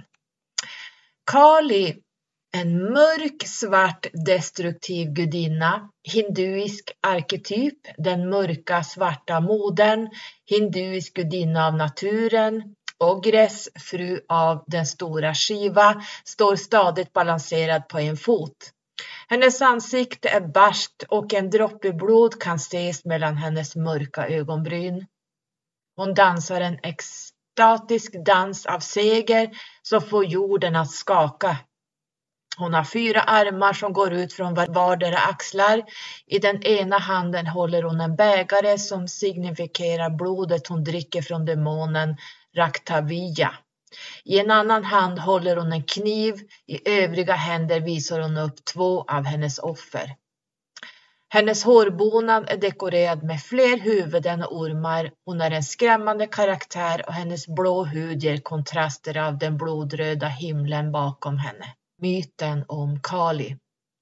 Kali, en mörk, svart, destruktiv gudinna, hinduisk arketyp, den mörka, svarta modern, hinduisk gudinna av naturen, Ogres, fru av den stora Shiva, står stadigt balanserad på en fot. Hennes ansikte är barskt och en droppe blod kan ses mellan hennes mörka ögonbryn. Hon dansar en extatisk dans av seger som får jorden att skaka. Hon har fyra armar som går ut från vardera axlar. I den ena handen håller hon en bägare som signifierar blodet hon dricker från demonen Raktaviya. I en annan hand håller hon en kniv, i övriga händer visar hon upp två av hennes offer. Hennes hårbonad är dekorerad med fler huvuden och ormar. Hon är en skrämmande karaktär och hennes blå hud ger kontraster av den blodröda himlen bakom henne. Myten om Kali.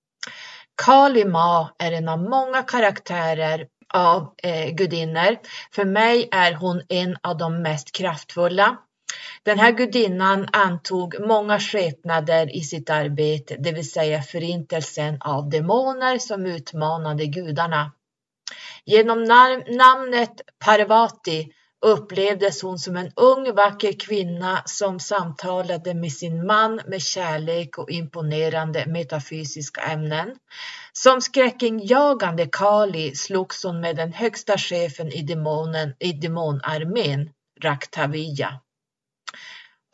Kali Ma är en av många karaktärer av eh, gudinnor. För mig är hon en av de mest kraftfulla. Den här gudinnan antog många skepnader i sitt arbete, det vill säga förintelsen av demoner som utmanade gudarna. Genom namnet Parvati upplevdes hon som en ung vacker kvinna som samtalade med sin man med kärlek och imponerande metafysiska ämnen. Som skräckinjagande Kali slogs hon med den högsta chefen i demonen i demonarmén, Raktaviya.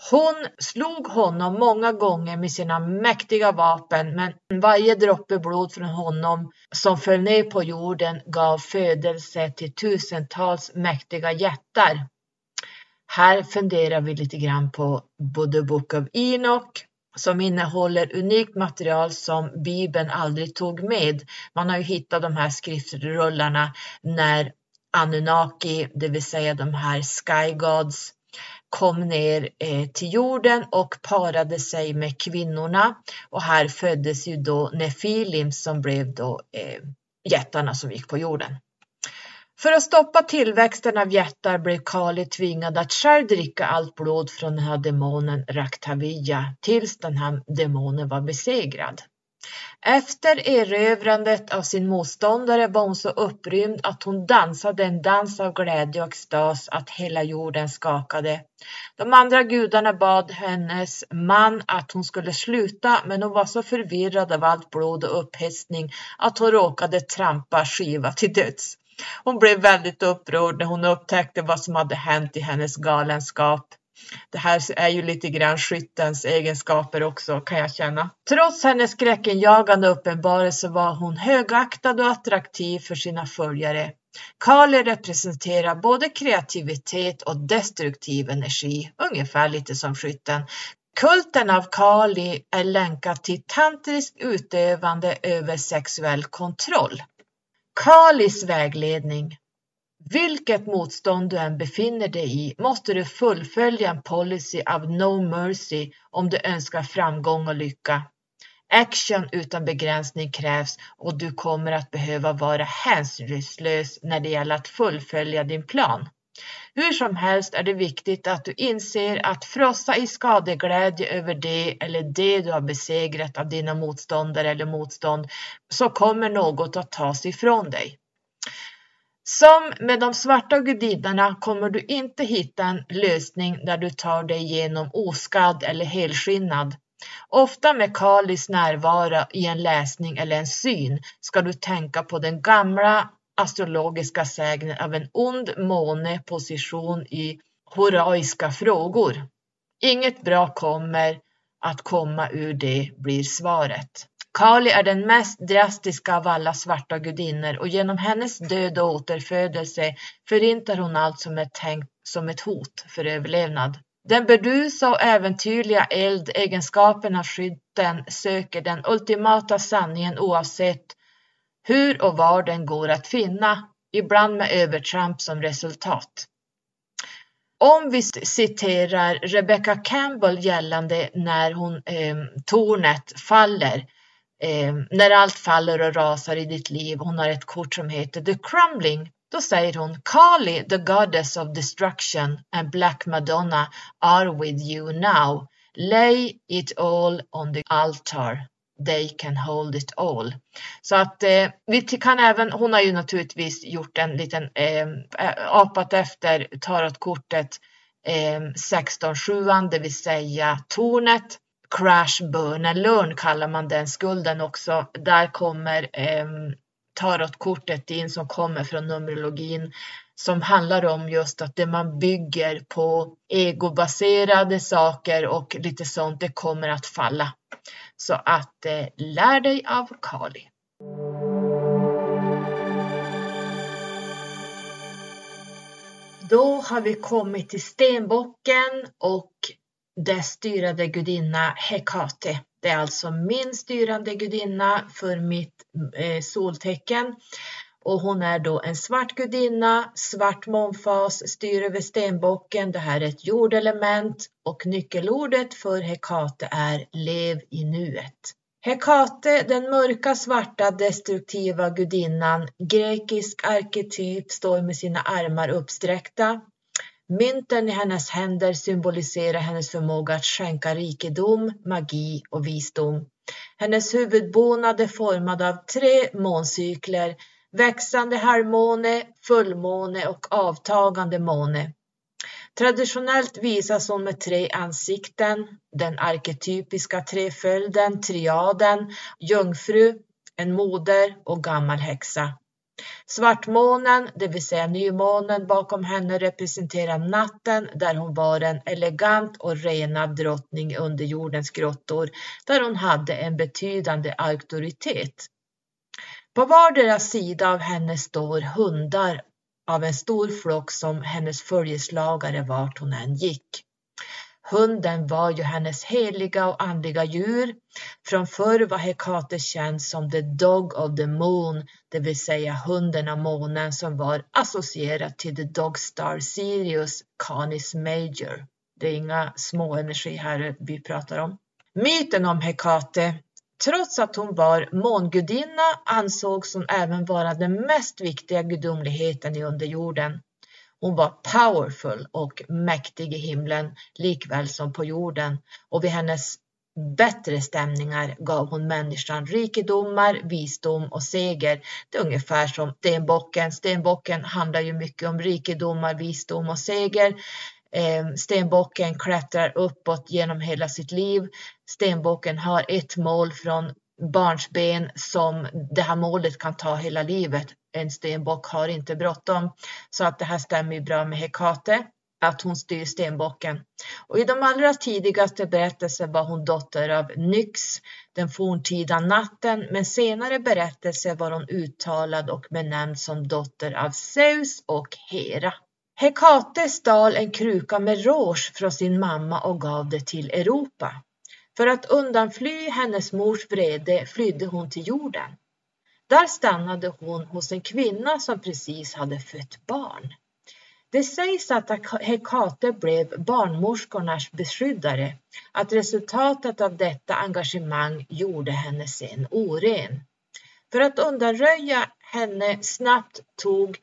Hon slog honom många gånger med sina mäktiga vapen, men varje droppe blod från honom som föll ner på jorden gav födelse till tusentals mäktiga jättar. Här funderar vi lite grann på The Book of Enoch, som innehåller unikt material som Bibeln aldrig tog med. Man har ju hittat de här skriftrullarna när Anunnaki, det vill säga de här Sky Gods, kom ner eh, till jorden och parade sig med kvinnorna. Och här föddes ju då Nefilim som blev då eh, jättarna som gick på jorden. För att stoppa tillväxten av jättar blev Kali tvingad att själv dricka allt blod från den här demonen Raktavija tills den här demonen var besegrad. Efter erövrandet av sin motståndare var hon så upprymd att hon dansade en dans av glädje och extas att hela jorden skakade. De andra gudarna bad hennes man att hon skulle sluta, men hon var så förvirrad av allt blod och upphetsning att hon råkade trampa Shiva till döds. Hon blev väldigt upprörd när hon upptäckte vad som hade hänt i hennes galenskap. Det här är ju lite grann skyttens egenskaper också, kan jag känna. Trots hennes skräckenjagande uppenbarelse var hon högaktad och attraktiv för sina följare. Kali representerar både kreativitet och destruktiv energi, ungefär lite som skytten. Kulten av Kali är länkad till tantrisk utövande över sexuell kontroll. Kalis vägledning. Vilket motstånd du än befinner dig i måste du fullfölja en policy av no mercy om du önskar framgång och lycka. Action utan begränsning krävs och du kommer att behöva vara hänsynslös när det gäller att fullfölja din plan. Hur som helst är det viktigt att du inser att frossa i skadeglädje över det eller det du har besegrat av dina motståndare eller motstånd, så kommer något att tas ifrån dig. Som med de svarta gudinnorna kommer du inte hitta en lösning där du tar dig igenom oskadd eller helskinnad. Ofta med Kalis närvaro i en läsning eller en syn ska du tänka på den gamla astrologiska sägnen av en ond måne position i horaiska frågor. Inget bra kommer att komma ur det, blir svaret. Kali är den mest drastiska av alla svarta gudinnor och genom hennes död och återfödelse förintar hon allt som är tänkt som ett hot för överlevnad. Den berdusa och äventyrliga eld, egenskapen av skytten, söker den ultimata sanningen oavsett hur och var den går att finna, ibland med övertramp som resultat. Om vi citerar Rebecca Campbell gällande när hon, eh, tornet faller, eh, när allt faller och rasar i ditt liv, hon har ett kort som heter The Crumbling, då säger hon: Kali, the goddess of destruction, and Black Madonna are with you now. Lay it all on the altar. They can hold it all. Så att eh, vi kan även, hon har ju naturligtvis gjort en liten eh, apat efter tarotkortet eh, sexton sju, det vill säga tornet. Crash, burn and learn kallar man den skulden också. Där kommer eh, tarotkortet in som kommer från numerologin, som handlar om just att det man bygger på egobaserade saker och lite sånt, det kommer att falla. Så att eh, lär dig av Kali. Då har vi kommit till stenbocken och dess styrande gudinna Hekate. Det är alltså min styrande gudinna för mitt eh, soltecken. Och hon är då en svart gudinna, svart månfas, styr över stenbocken. Det här är ett jordelement och nyckelordet för Hekate är lev i nuet. Hekate, den mörka, svarta, destruktiva gudinnan, grekisk arketyp, står med sina armar uppsträckta. Mynten i hennes händer symboliserar hennes förmåga att skänka rikedom, magi och visdom. Hennes huvudbonad är formad av tre måncykler, växande halvmåne, fullmåne och avtagande måne. Traditionellt visas hon med tre ansikten, den arketypiska treföljden, triaden, jungfru, en moder och gammal häxa. Svartmånen, det vill säga nymånen bakom henne, representerar natten där hon var en elegant och renad drottning under jordens grottor, där hon hade en betydande auktoritet. På vardera sida av henne står hundar av en stor flock som hennes följeslagare vart hon än gick. Hunden var ju hennes heliga och andliga djur. Från förr var Hekate känd som the dog of the moon, det vill säga hunden av månen, som var associerad till the dog star Sirius Canis Major. Det är inga små energi här vi pratar om. Myten om Hekate, trots att hon var mångudinna, ansågs hon även vara den mest viktiga gudomligheten i underjorden. Hon var powerful och mäktig i himlen likväl som på jorden, och vid hennes bättre stämningar gav hon människan rikedomar, visdom och seger. Det är ungefär som stenbocken. Stenbocken handlar ju mycket om rikedomar, visdom och seger. Stenbocken klättrar uppåt genom hela sitt liv. Stenbocken har ett mål från barnsben som det här målet kan ta hela livet. En stenbock har inte bråttom, så att det här stämmer ju bra med Hekate, att hon styr stenbocken. Och i de allra tidigaste berättelser var hon dotter av Nyx, den forntida natten, men senare berättelser var hon uttalad och benämnd som dotter av Zeus och Hera. Hekate stal en kruka med rouge från sin mamma och gav det till Europa. För att undanfly hennes mors vrede flydde hon till jorden. Där stannade hon hos en kvinna som precis hade fött barn. Det sägs att Hekate blev barnmorskornas beskyddare, att resultatet av detta engagemang gjorde henne sen oren. För att undanröja henne snabbt tog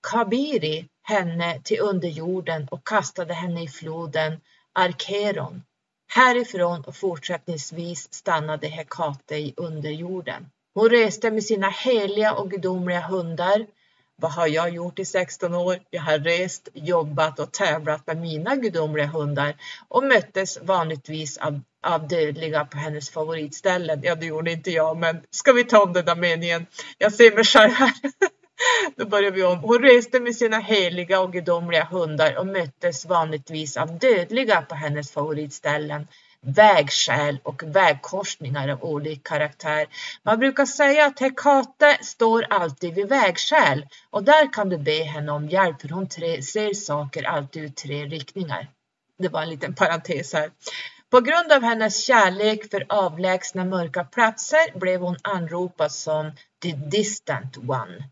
Kabiri henne till underjorden och kastade henne i floden Arkeron. Härifrån och fortsättningsvis stannade Hekate i underjorden. Hon reste med sina heliga och gudomliga hundar. Vad har jag gjort i sexton år? Jag har rest, jobbat och tävlat med mina gudomliga hundar och möttes vanligtvis av, av dödliga på hennes favoritställen. Ja, det gjorde inte jag, men ska vi ta om den där meningen? Jag ser mig själv här. Då börjar vi om. Hon reste med sina heliga och gudomliga hundar och möttes vanligtvis av dödliga på hennes favoritställen, vägskäl och vägkorsningar av olika karaktär. Man brukar säga att Hekate står alltid vid vägskäl, och där kan du be henne om hjälp, för hon tre, ser saker alltid ur tre riktningar. Det var en liten parentes här. På grund av hennes kärlek för avlägsna mörka platser blev hon anropad som the distant one.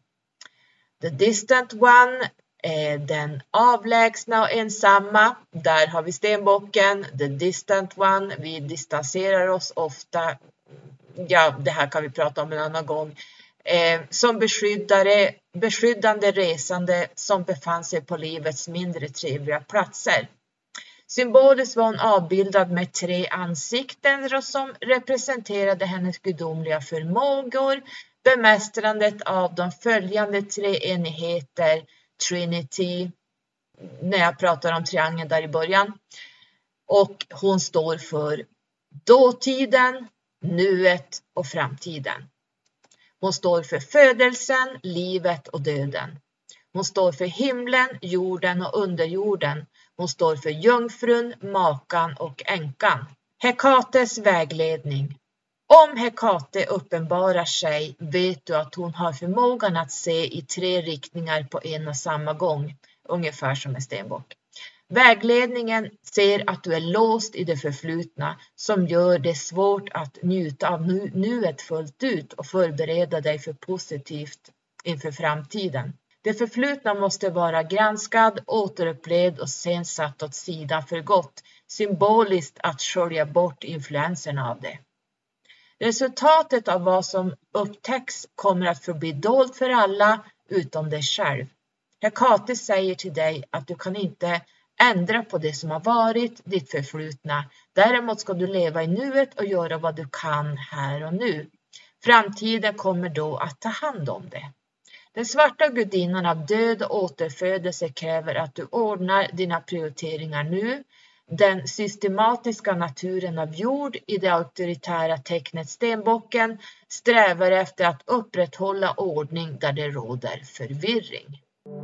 The distant one är den avlägsna och ensamma. Där har vi stenbocken. The distant one. Vi distanserar oss ofta. Ja, det här kan vi prata om en annan gång. Eh, som beskyddare, beskyddande resande som befann sig på livets mindre trevliga platser. Symboliskt var hon avbildad med tre ansikten som representerade hennes gudomliga förmågor, bemästrandet av de följande tre enheter, Trinity, när jag pratar om triangeln där i början. Och hon står för dåtiden, nuet och framtiden. Hon står för födelsen, livet och döden. Hon står för himlen, jorden och underjorden. Hon står för jungfrun, makan och änkan. Hekates vägledning. Om Hekate uppenbarar sig vet du att hon har förmågan att se i tre riktningar på en och samma gång, ungefär som en stenbock. Vägledningen ser att du är låst i det förflutna som gör det svårt att njuta av nu, nuet fullt ut och förbereda dig för positivt inför framtiden. Det förflutna måste vara granskad, återupplevd och sen satt åt sidan för gott, symboliskt att skölja bort influenserna av det. Resultatet av vad som upptäcks kommer att förbli dolt för alla utom dig själv. Hekate säger till dig att du kan inte ändra på det som har varit, ditt förflutna. Däremot ska du leva i nuet och göra vad du kan här och nu. Framtiden kommer då att ta hand om det. Den svarta gudinnan av död och återfödelse kräver att du ordnar dina prioriteringar nu. Den systematiska naturen av jord i det auktoritära tecknet stenbocken strävar efter att upprätthålla ordning där det råder förvirring.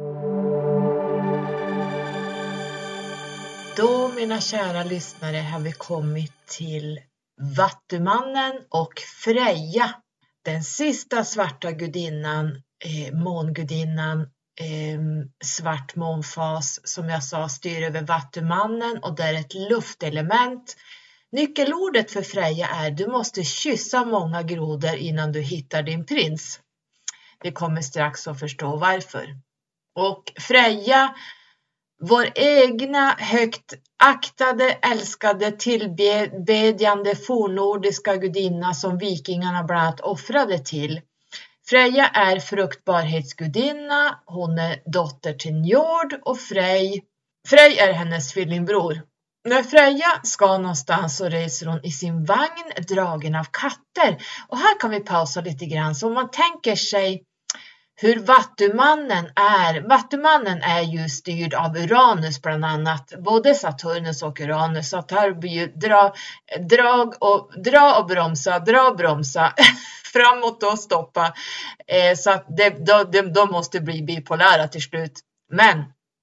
Då, mina kära lyssnare, har vi kommit till Vattumannen och Freja. Den sista svarta gudinnan, eh, mångudinnan, eh, svart månfas, som jag sa, styr över Vattumannen och det är ett luftelement. Nyckelordet för Freja är: du måste kyssa många grodor innan du hittar din prins. Vi kommer strax att förstå varför. Och Freja, vår egna högt aktade, älskade, tillbedjande fornnordiska gudinna som vikingarna bland annat offrade till. Freja är fruktbarhetsgudinna, hon är dotter till Njord och Frej. Frej är hennes tvillingbror. När Freja ska någonstans så reser hon i sin vagn dragen av katter. Och här kan vi pausa lite grann. Så om man tänker sig hur Vattumannen är. Vattumannen är ju styrd av Uranus bland annat. Både Saturnus och Uranus. Så att här blir ju dra, drag och, dra och bromsa, dra och bromsa. Framåt och stoppa. Eh, så att det, de, de måste bli bipolära till slut. Men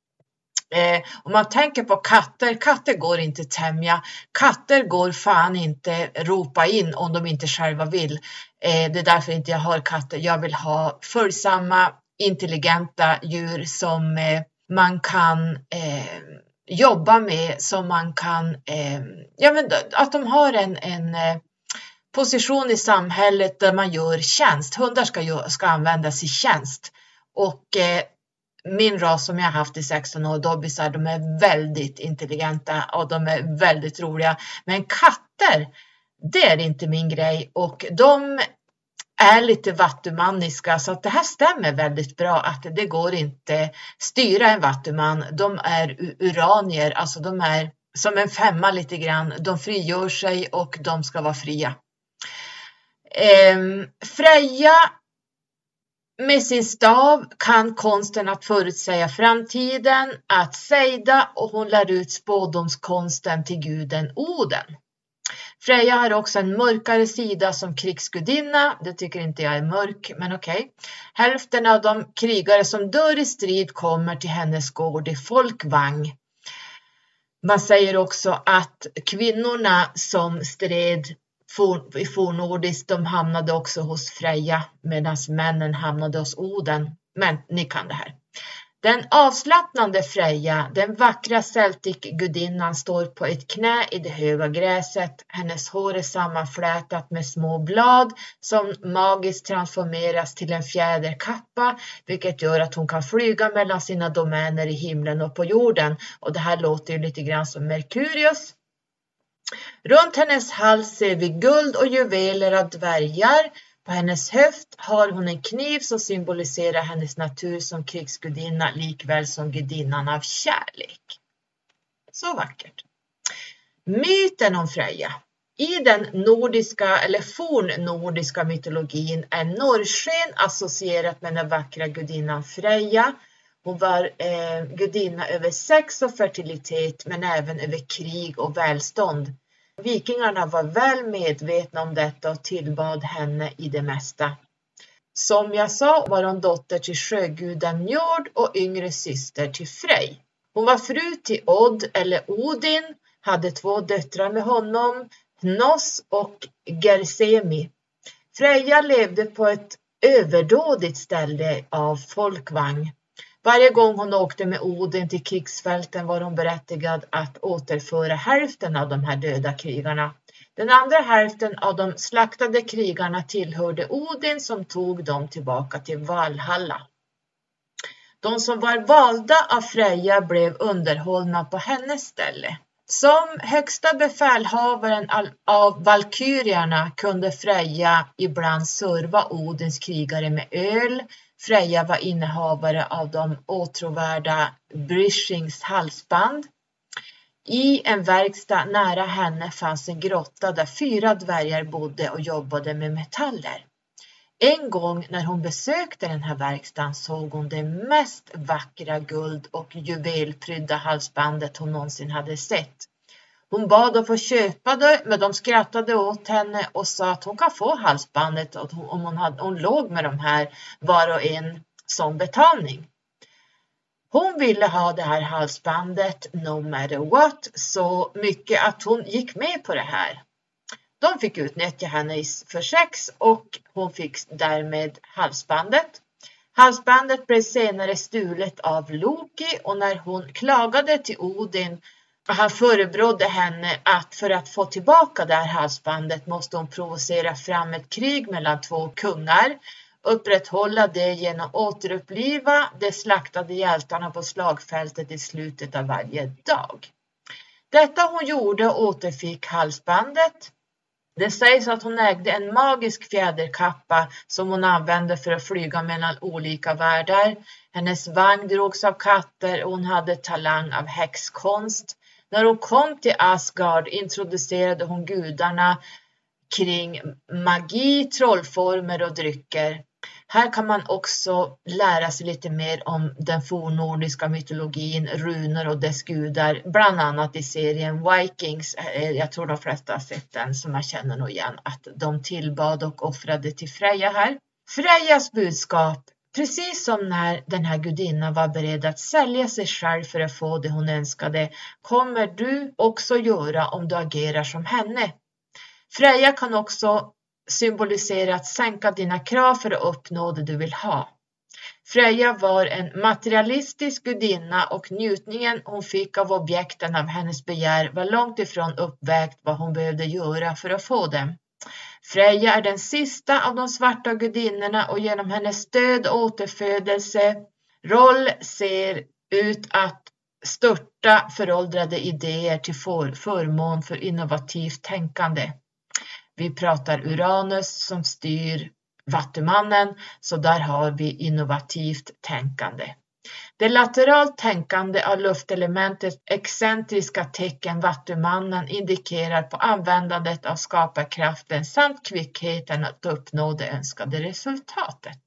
Eh, om man tänker på katter, katter går inte tämja, katter går fan inte ropa in om de inte själva vill. Eh, det är därför inte jag har katter. Jag vill ha följsamma, intelligenta djur som eh, man kan eh, jobba med, som man kan, eh, ja, men att de har en, en eh, position i samhället där man gör tjänst. Hundar ska, ska användas i tjänst. Och eh, min ras som jag har haft i sexton år, dobbysar, de är väldigt intelligenta och de är väldigt roliga. Men katter, det är inte min grej. Och de är lite vattumanniska, så att det här stämmer väldigt bra att det går inte styra en vattuman. De är uranier, alltså de är som en femma lite grann. De frigör sig och de ska vara fria. Ehm, Freja med sin stav kan konsten att förutsäga framtiden, att sejda, och hon lär ut spådomskonsten till guden Oden. Freja har också en mörkare sida som krigsgudinna. Det tycker inte jag är mörk, men okej. Okay. Hälften av de krigare som dör i strid kommer till hennes gård i Folkvang. Man säger också att kvinnorna som stred i fornnordiskt, de hamnade också hos Freja, medan männen hamnade hos Oden. Men ni kan det här. Den avslappnande Freja, den vackra Celtic-gudinnan, står på ett knä i det höga gräset. Hennes hår är sammanflätat med små blad som magiskt transformeras till en fjäderkappa, vilket gör att hon kan flyga mellan sina domäner i himlen och på jorden. Och det här låter ju lite grann som Merkurius. Runt hennes hals ser vi guld och juveler av dvärgar. På hennes höft har hon en kniv som symboliserar hennes natur som krigsgudinna, likväl som gudinnan av kärlek. Så vackert. Myten om Freja. I den nordiska eller fornnordiska mytologin är norrsken associerat med den vackra gudinnan Freja. Hon var eh, gudinna över sex och fertilitet, men även över krig och välstånd. Vikingarna var väl medvetna om detta och tillbad henne i det mesta. Som jag sa var hon dotter till sjöguden Njord och yngre syster till Frej. Hon var fru till Odd eller Odin, hade två döttrar med honom, Hnoss och Gersemi. Freja levde på ett överdådigt ställe av Folkvang. Varje gång hon åkte med Odin till krigsfälten var hon berättigad att återföra hälften av de här döda krigarna. Den andra hälften av de slaktade krigarna tillhörde Odin, som tog dem tillbaka till Valhalla. De som var valda av Freja blev underhållna på hennes ställe. Som högsta befälhavaren av valkyrierna kunde Freja ibland serva Odins krigare med öl. Freja var innehavare av de åtråvärda Bryshings halsband. I en verkstad nära henne fanns en grotta där fyra dvärgar bodde och jobbade med metaller. En gång när hon besökte den här verkstaden såg hon det mest vackra guld- och juvelprydda halsbandet hon någonsin hade sett. Hon bad att få köpa det, men de skrattade åt henne och sa att hon kan få halsbandet om hon, hade, hon låg med de här var och en som betalning. Hon ville ha det här halsbandet no matter what, så mycket att hon gick med på det här. De fick utnyttja henne för sex och hon fick därmed halsbandet. Halsbandet blev senare stulet av Loki och när hon klagade till Odin och han förebrådde henne att för att få tillbaka det här halsbandet måste hon provocera fram ett krig mellan två kungar, upprätthålla det genom att återuppliva de slaktade hjältarna på slagfältet i slutet av varje dag. Detta hon gjorde och återfick halsbandet. Det sägs att hon ägde en magisk fjäderkappa som hon använde för att flyga mellan olika världar. Hennes vagn drogs av katter och hon hade talang av häxkonst. När hon kom till Asgard introducerade hon gudarna kring magi, trollformer och drycker. Här kan man också lära sig lite mer om den fornnordiska mytologin, runor och dess gudar, bland annat i serien Vikings. Jag tror de flesta har sett den, så man känner nog igen att de tillbad och offrade till Freja här. Frejas budskap, precis som när den här gudinnan var beredd att sälja sig själv för att få det hon önskade, kommer du också göra om du agerar som henne. Freja kan också symbolisera att sänka dina krav för att uppnå det du vill ha. Freja var en materialistisk gudinna och njutningen hon fick av objekten av hennes begär var långt ifrån uppvägt vad hon behövde göra för att få dem. Freja är den sista av de svarta gudinnorna och genom hennes stöd och återfödelse roll ser ut att störta föråldrade idéer till för, förmån för innovativt tänkande. Vi pratar Uranus som styr Vattumannen, så där har vi innovativt tänkande. Det lateralt tänkande av luftelementets excentriska tecken Vattumannen indikerar på användandet av skaparkraften samt kvickheten att uppnå det önskade resultatet.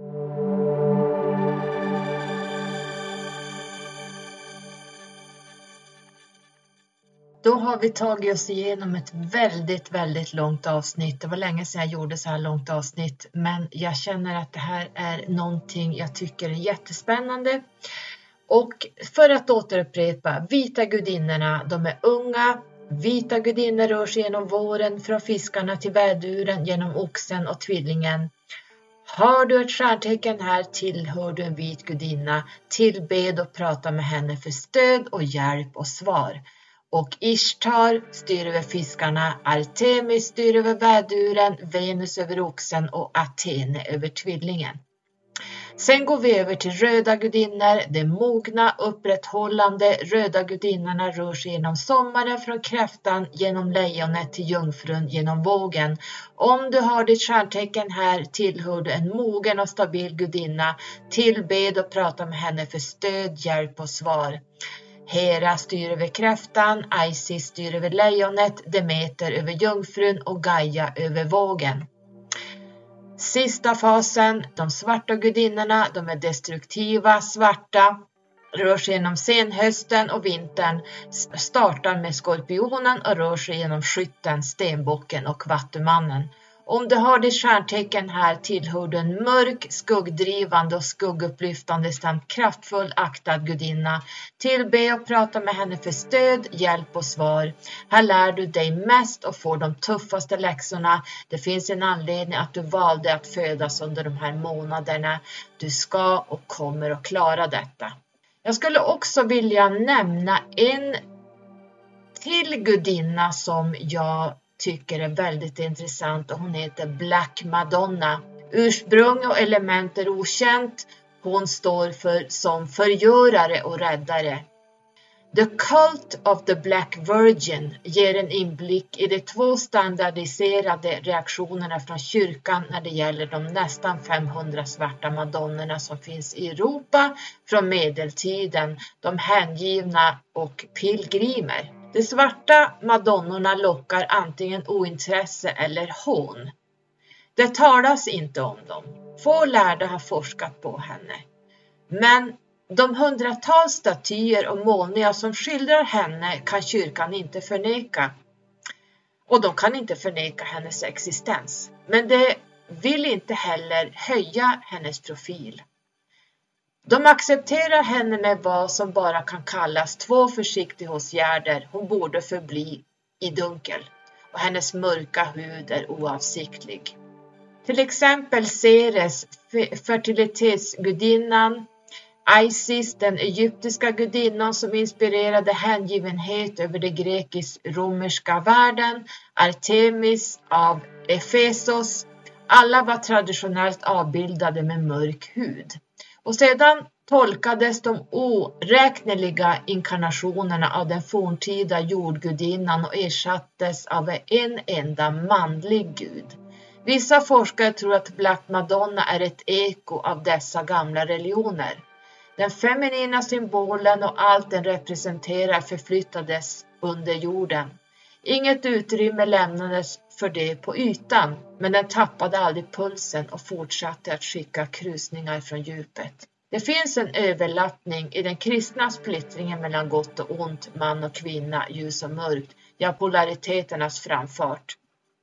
Då har vi tagit oss igenom ett väldigt, väldigt långt avsnitt. Det var länge sedan jag gjorde så här långt avsnitt. Men jag känner att det här är någonting jag tycker är jättespännande. Och för att återupprepa, vita gudinnorna, de är unga. Vita gudinnor rör sig genom våren, från fiskarna till väduren, genom oxen och tvillingen. Har du ett stjärntecken här tillhör du en vit gudinna. Tillbed och prata med henne för stöd och hjälp och svar. Och Ishtar styr över fiskarna, Artemis styr över väduren, Venus över oxen och Athene över tvillingen. Sen går vi över till röda gudinnor. De mogna, upprätthållande röda gudinnorna rör sig genom sommaren från kräftan, genom lejonet till jungfrun, genom vågen. Om du har ditt stjärntecken här tillhör du en mogen och stabil gudinna. Tillbed och prata med henne för stöd, hjälp och svar. Hera styr över kräftan, Isis styr över lejonet, Demeter över jungfrun och Gaia över vågen. Sista fasen, de svarta gudinnorna, de är destruktiva, svarta, rör sig genom senhösten och vintern, startar med skorpionen och rör sig genom skytten, stenbocken och vattumannen. Om du har ditt stjärntecken här tillhör du en mörk, skuggdrivande och skuggupplyftande samt kraftfull aktad gudinna. Tillbe och prata med henne för stöd, hjälp och svar. Här lär du dig mest och får de tuffaste läxorna. Det finns en anledning att du valde att födas under de här månaderna. Du ska och kommer att klara detta. Jag skulle också vilja nämna en till gudinna som jag tycker är väldigt intressant och hon heter Black Madonna. Ursprung och element är okänt. Hon står för som förgörare och räddare. The Cult of the Black Virgin ger en inblick i de två standardiserade reaktionerna från kyrkan när det gäller de nästan femhundra svarta madonnorna som finns i Europa från medeltiden, de hängivna och pilgrimer. De svarta madonnorna lockar antingen ointresse eller hån. Det talas inte om dem. Få lärda har forskat på henne. Men De hundratals statyer och målningar som skildrar henne kan kyrkan inte förneka. Och de kan inte förneka hennes existens. Men det vill inte heller höja hennes profil. De accepterar henne med vad som bara kan kallas två försiktighetsåtgärder. Hon borde förbli i dunkel. Och hennes mörka hud är oavsiktlig. Till exempel Ceres, fertilitetsgudinnan, Isis, den egyptiska gudinnan som inspirerade hängivenhet över den grekisk-romerska världen, Artemis av Efesos, alla var traditionellt avbildade med mörk hud. Och sedan tolkades de oräkneliga inkarnationerna av den forntida jordgudinnan och ersattes av en enda manlig gud. Vissa forskare tror att Black Madonna är ett eko av dessa gamla religioner. Den feminina symbolen och allt den representerar förflyttades under jorden. Inget utrymme lämnades för det på ytan, men den tappade aldrig pulsen och fortsatte att skicka krusningar från djupet. Det finns en överlappning i den kristna splittringen mellan gott och ont, man och kvinna, ljus och mörkt, ja polariteternas framfart.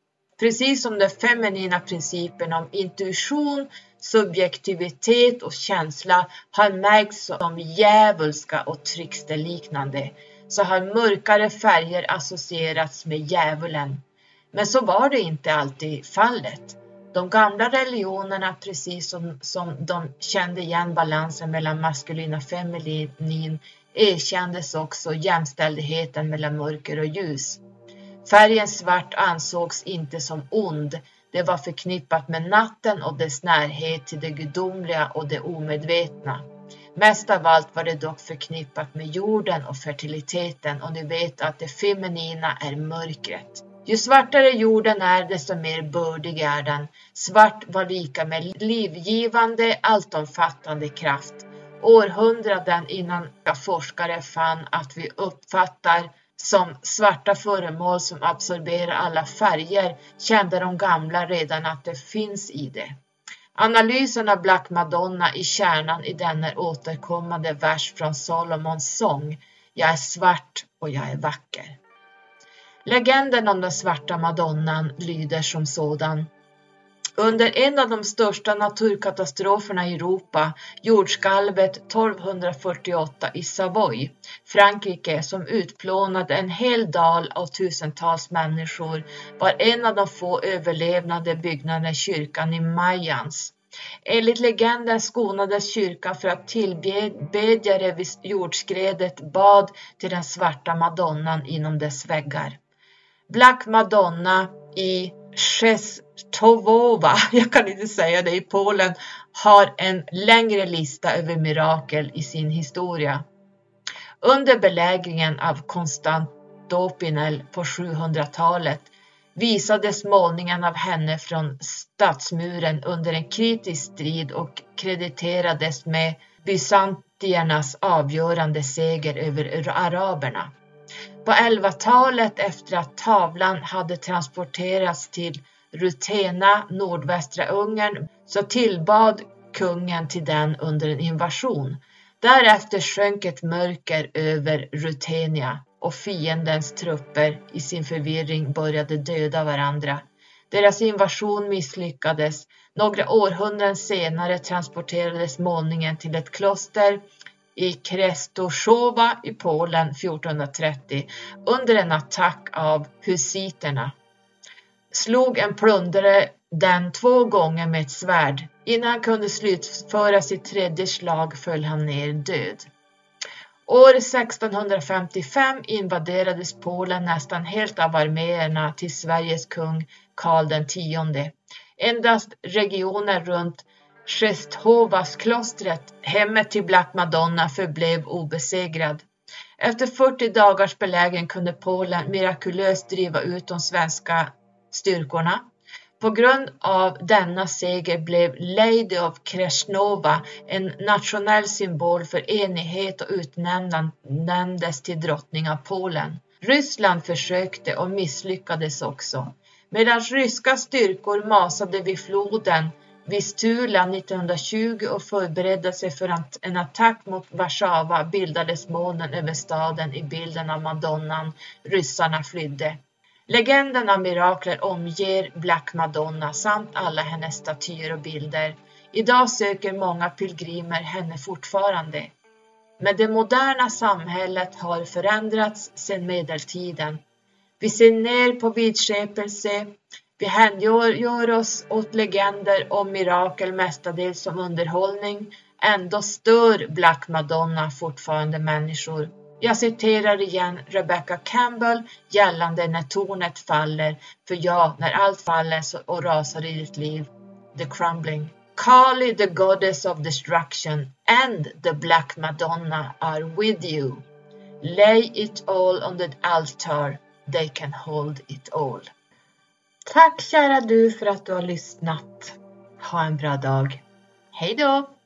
Precis som den feminina principen om intuition, subjektivitet och känsla har märkts som djävulska och tricksterliknande, så har mörkare färger associerats med djävulen. Men så var det inte alltid fallet. De gamla religionerna, precis som, som de kände igen balansen mellan maskulin och feminin, erkändes också jämställdheten mellan mörker och ljus. Färgen svart ansågs inte som ond. Det var förknippat med natten och dess närhet till det gudomliga och det omedvetna. Mest av allt var det dock förknippat med jorden och fertiliteten, och ni vet att det feminina är mörkret. Ju svartare jorden är, desto mer bördig är den. Svart var lika med livgivande, alltomfattande kraft. Århundraden innan forskare fann att vi uppfattar som svarta föremål som absorberar alla färger, kände de gamla redan att det finns i det. Analysen av Black Madonna i kärnan i denna återkommande vers från Solomons sång: Jag är svart och jag är vacker. Legenden om den svarta madonnan lyder som sådan: under en av de största naturkatastroferna i Europa, jordskalvet tolvhundrafyrtioåtta i Savoy, Frankrike, som utplånade en hel dal av tusentals människor, var en av de få överlevnade byggnaderna kyrkan i Mayans. Enligt legenden skonades kyrkan för att tillbedjare vid jordskredet bad till den svarta madonnan inom dess väggar. Black Madonna i Częstochowa, jag kan inte säga det, i Polen, har en längre lista över mirakel i sin historia. Under belägringen av Konstantinopel på sjuhundratalet visades målningen av henne från stadsmuren under en kritisk strid och krediterades med bysantiernas avgörande seger över araberna. På elvahundratalet, efter att tavlan hade transporterats till Rutena, nordvästra Ungern, så tillbad kungen till den under en invasion. Därefter sjönk ett mörker över Rutenia och fiendens trupper i sin förvirring började döda varandra. Deras invasion misslyckades. Några århundraden senare transporterades målningen till ett kloster i Częstochowa i Polen fjortonhundratrettio under en attack av husiterna. Slog en plundrare den två gånger med ett svärd. Innan han kunde slutföra sitt tredje slag föll han ner död. År sextonhundrafemtiofem invaderades Polen nästan helt av arméerna till Sveriges kung Karl den tionde. Endast regionen runt Częstochowas klostret, hemmet till Black Madonna, förblev obesegrad. Efter fyrtio dagars belägring kunde Polen mirakulöst driva ut de svenska styrkorna. På grund av denna seger blev Lady of Kresnova en nationell symbol för enighet och utnämndes till drottning av Polen. Ryssland försökte och misslyckades också. Medan ryska styrkor masade vid floden vid Stula nittonhundratjugo och förberedde sig för en attack mot Warszawa bildades molnen över staden i bilden av Madonnan. Ryssarna flydde. Legenden av mirakler omger Black Madonna samt alla hennes statyer och bilder. Idag söker många pilgrimer henne fortfarande. Men det moderna samhället har förändrats sedan medeltiden. Vi ser ner på vidskepelse. Vi hänger oss åt legender om mirakel mestadels som underhållning. Ändå stör Black Madonna fortfarande människor. Jag citerar igen Rebecca Campbell gällande när tornet faller. För ja, när allt faller och rasar i ditt liv. The crumbling. Kali, the goddess of destruction, and the Black Madonna are with you. Lay it all on the altar. They can hold it all. Tack kära du för att du har lyssnat. Ha en bra dag. Hej då!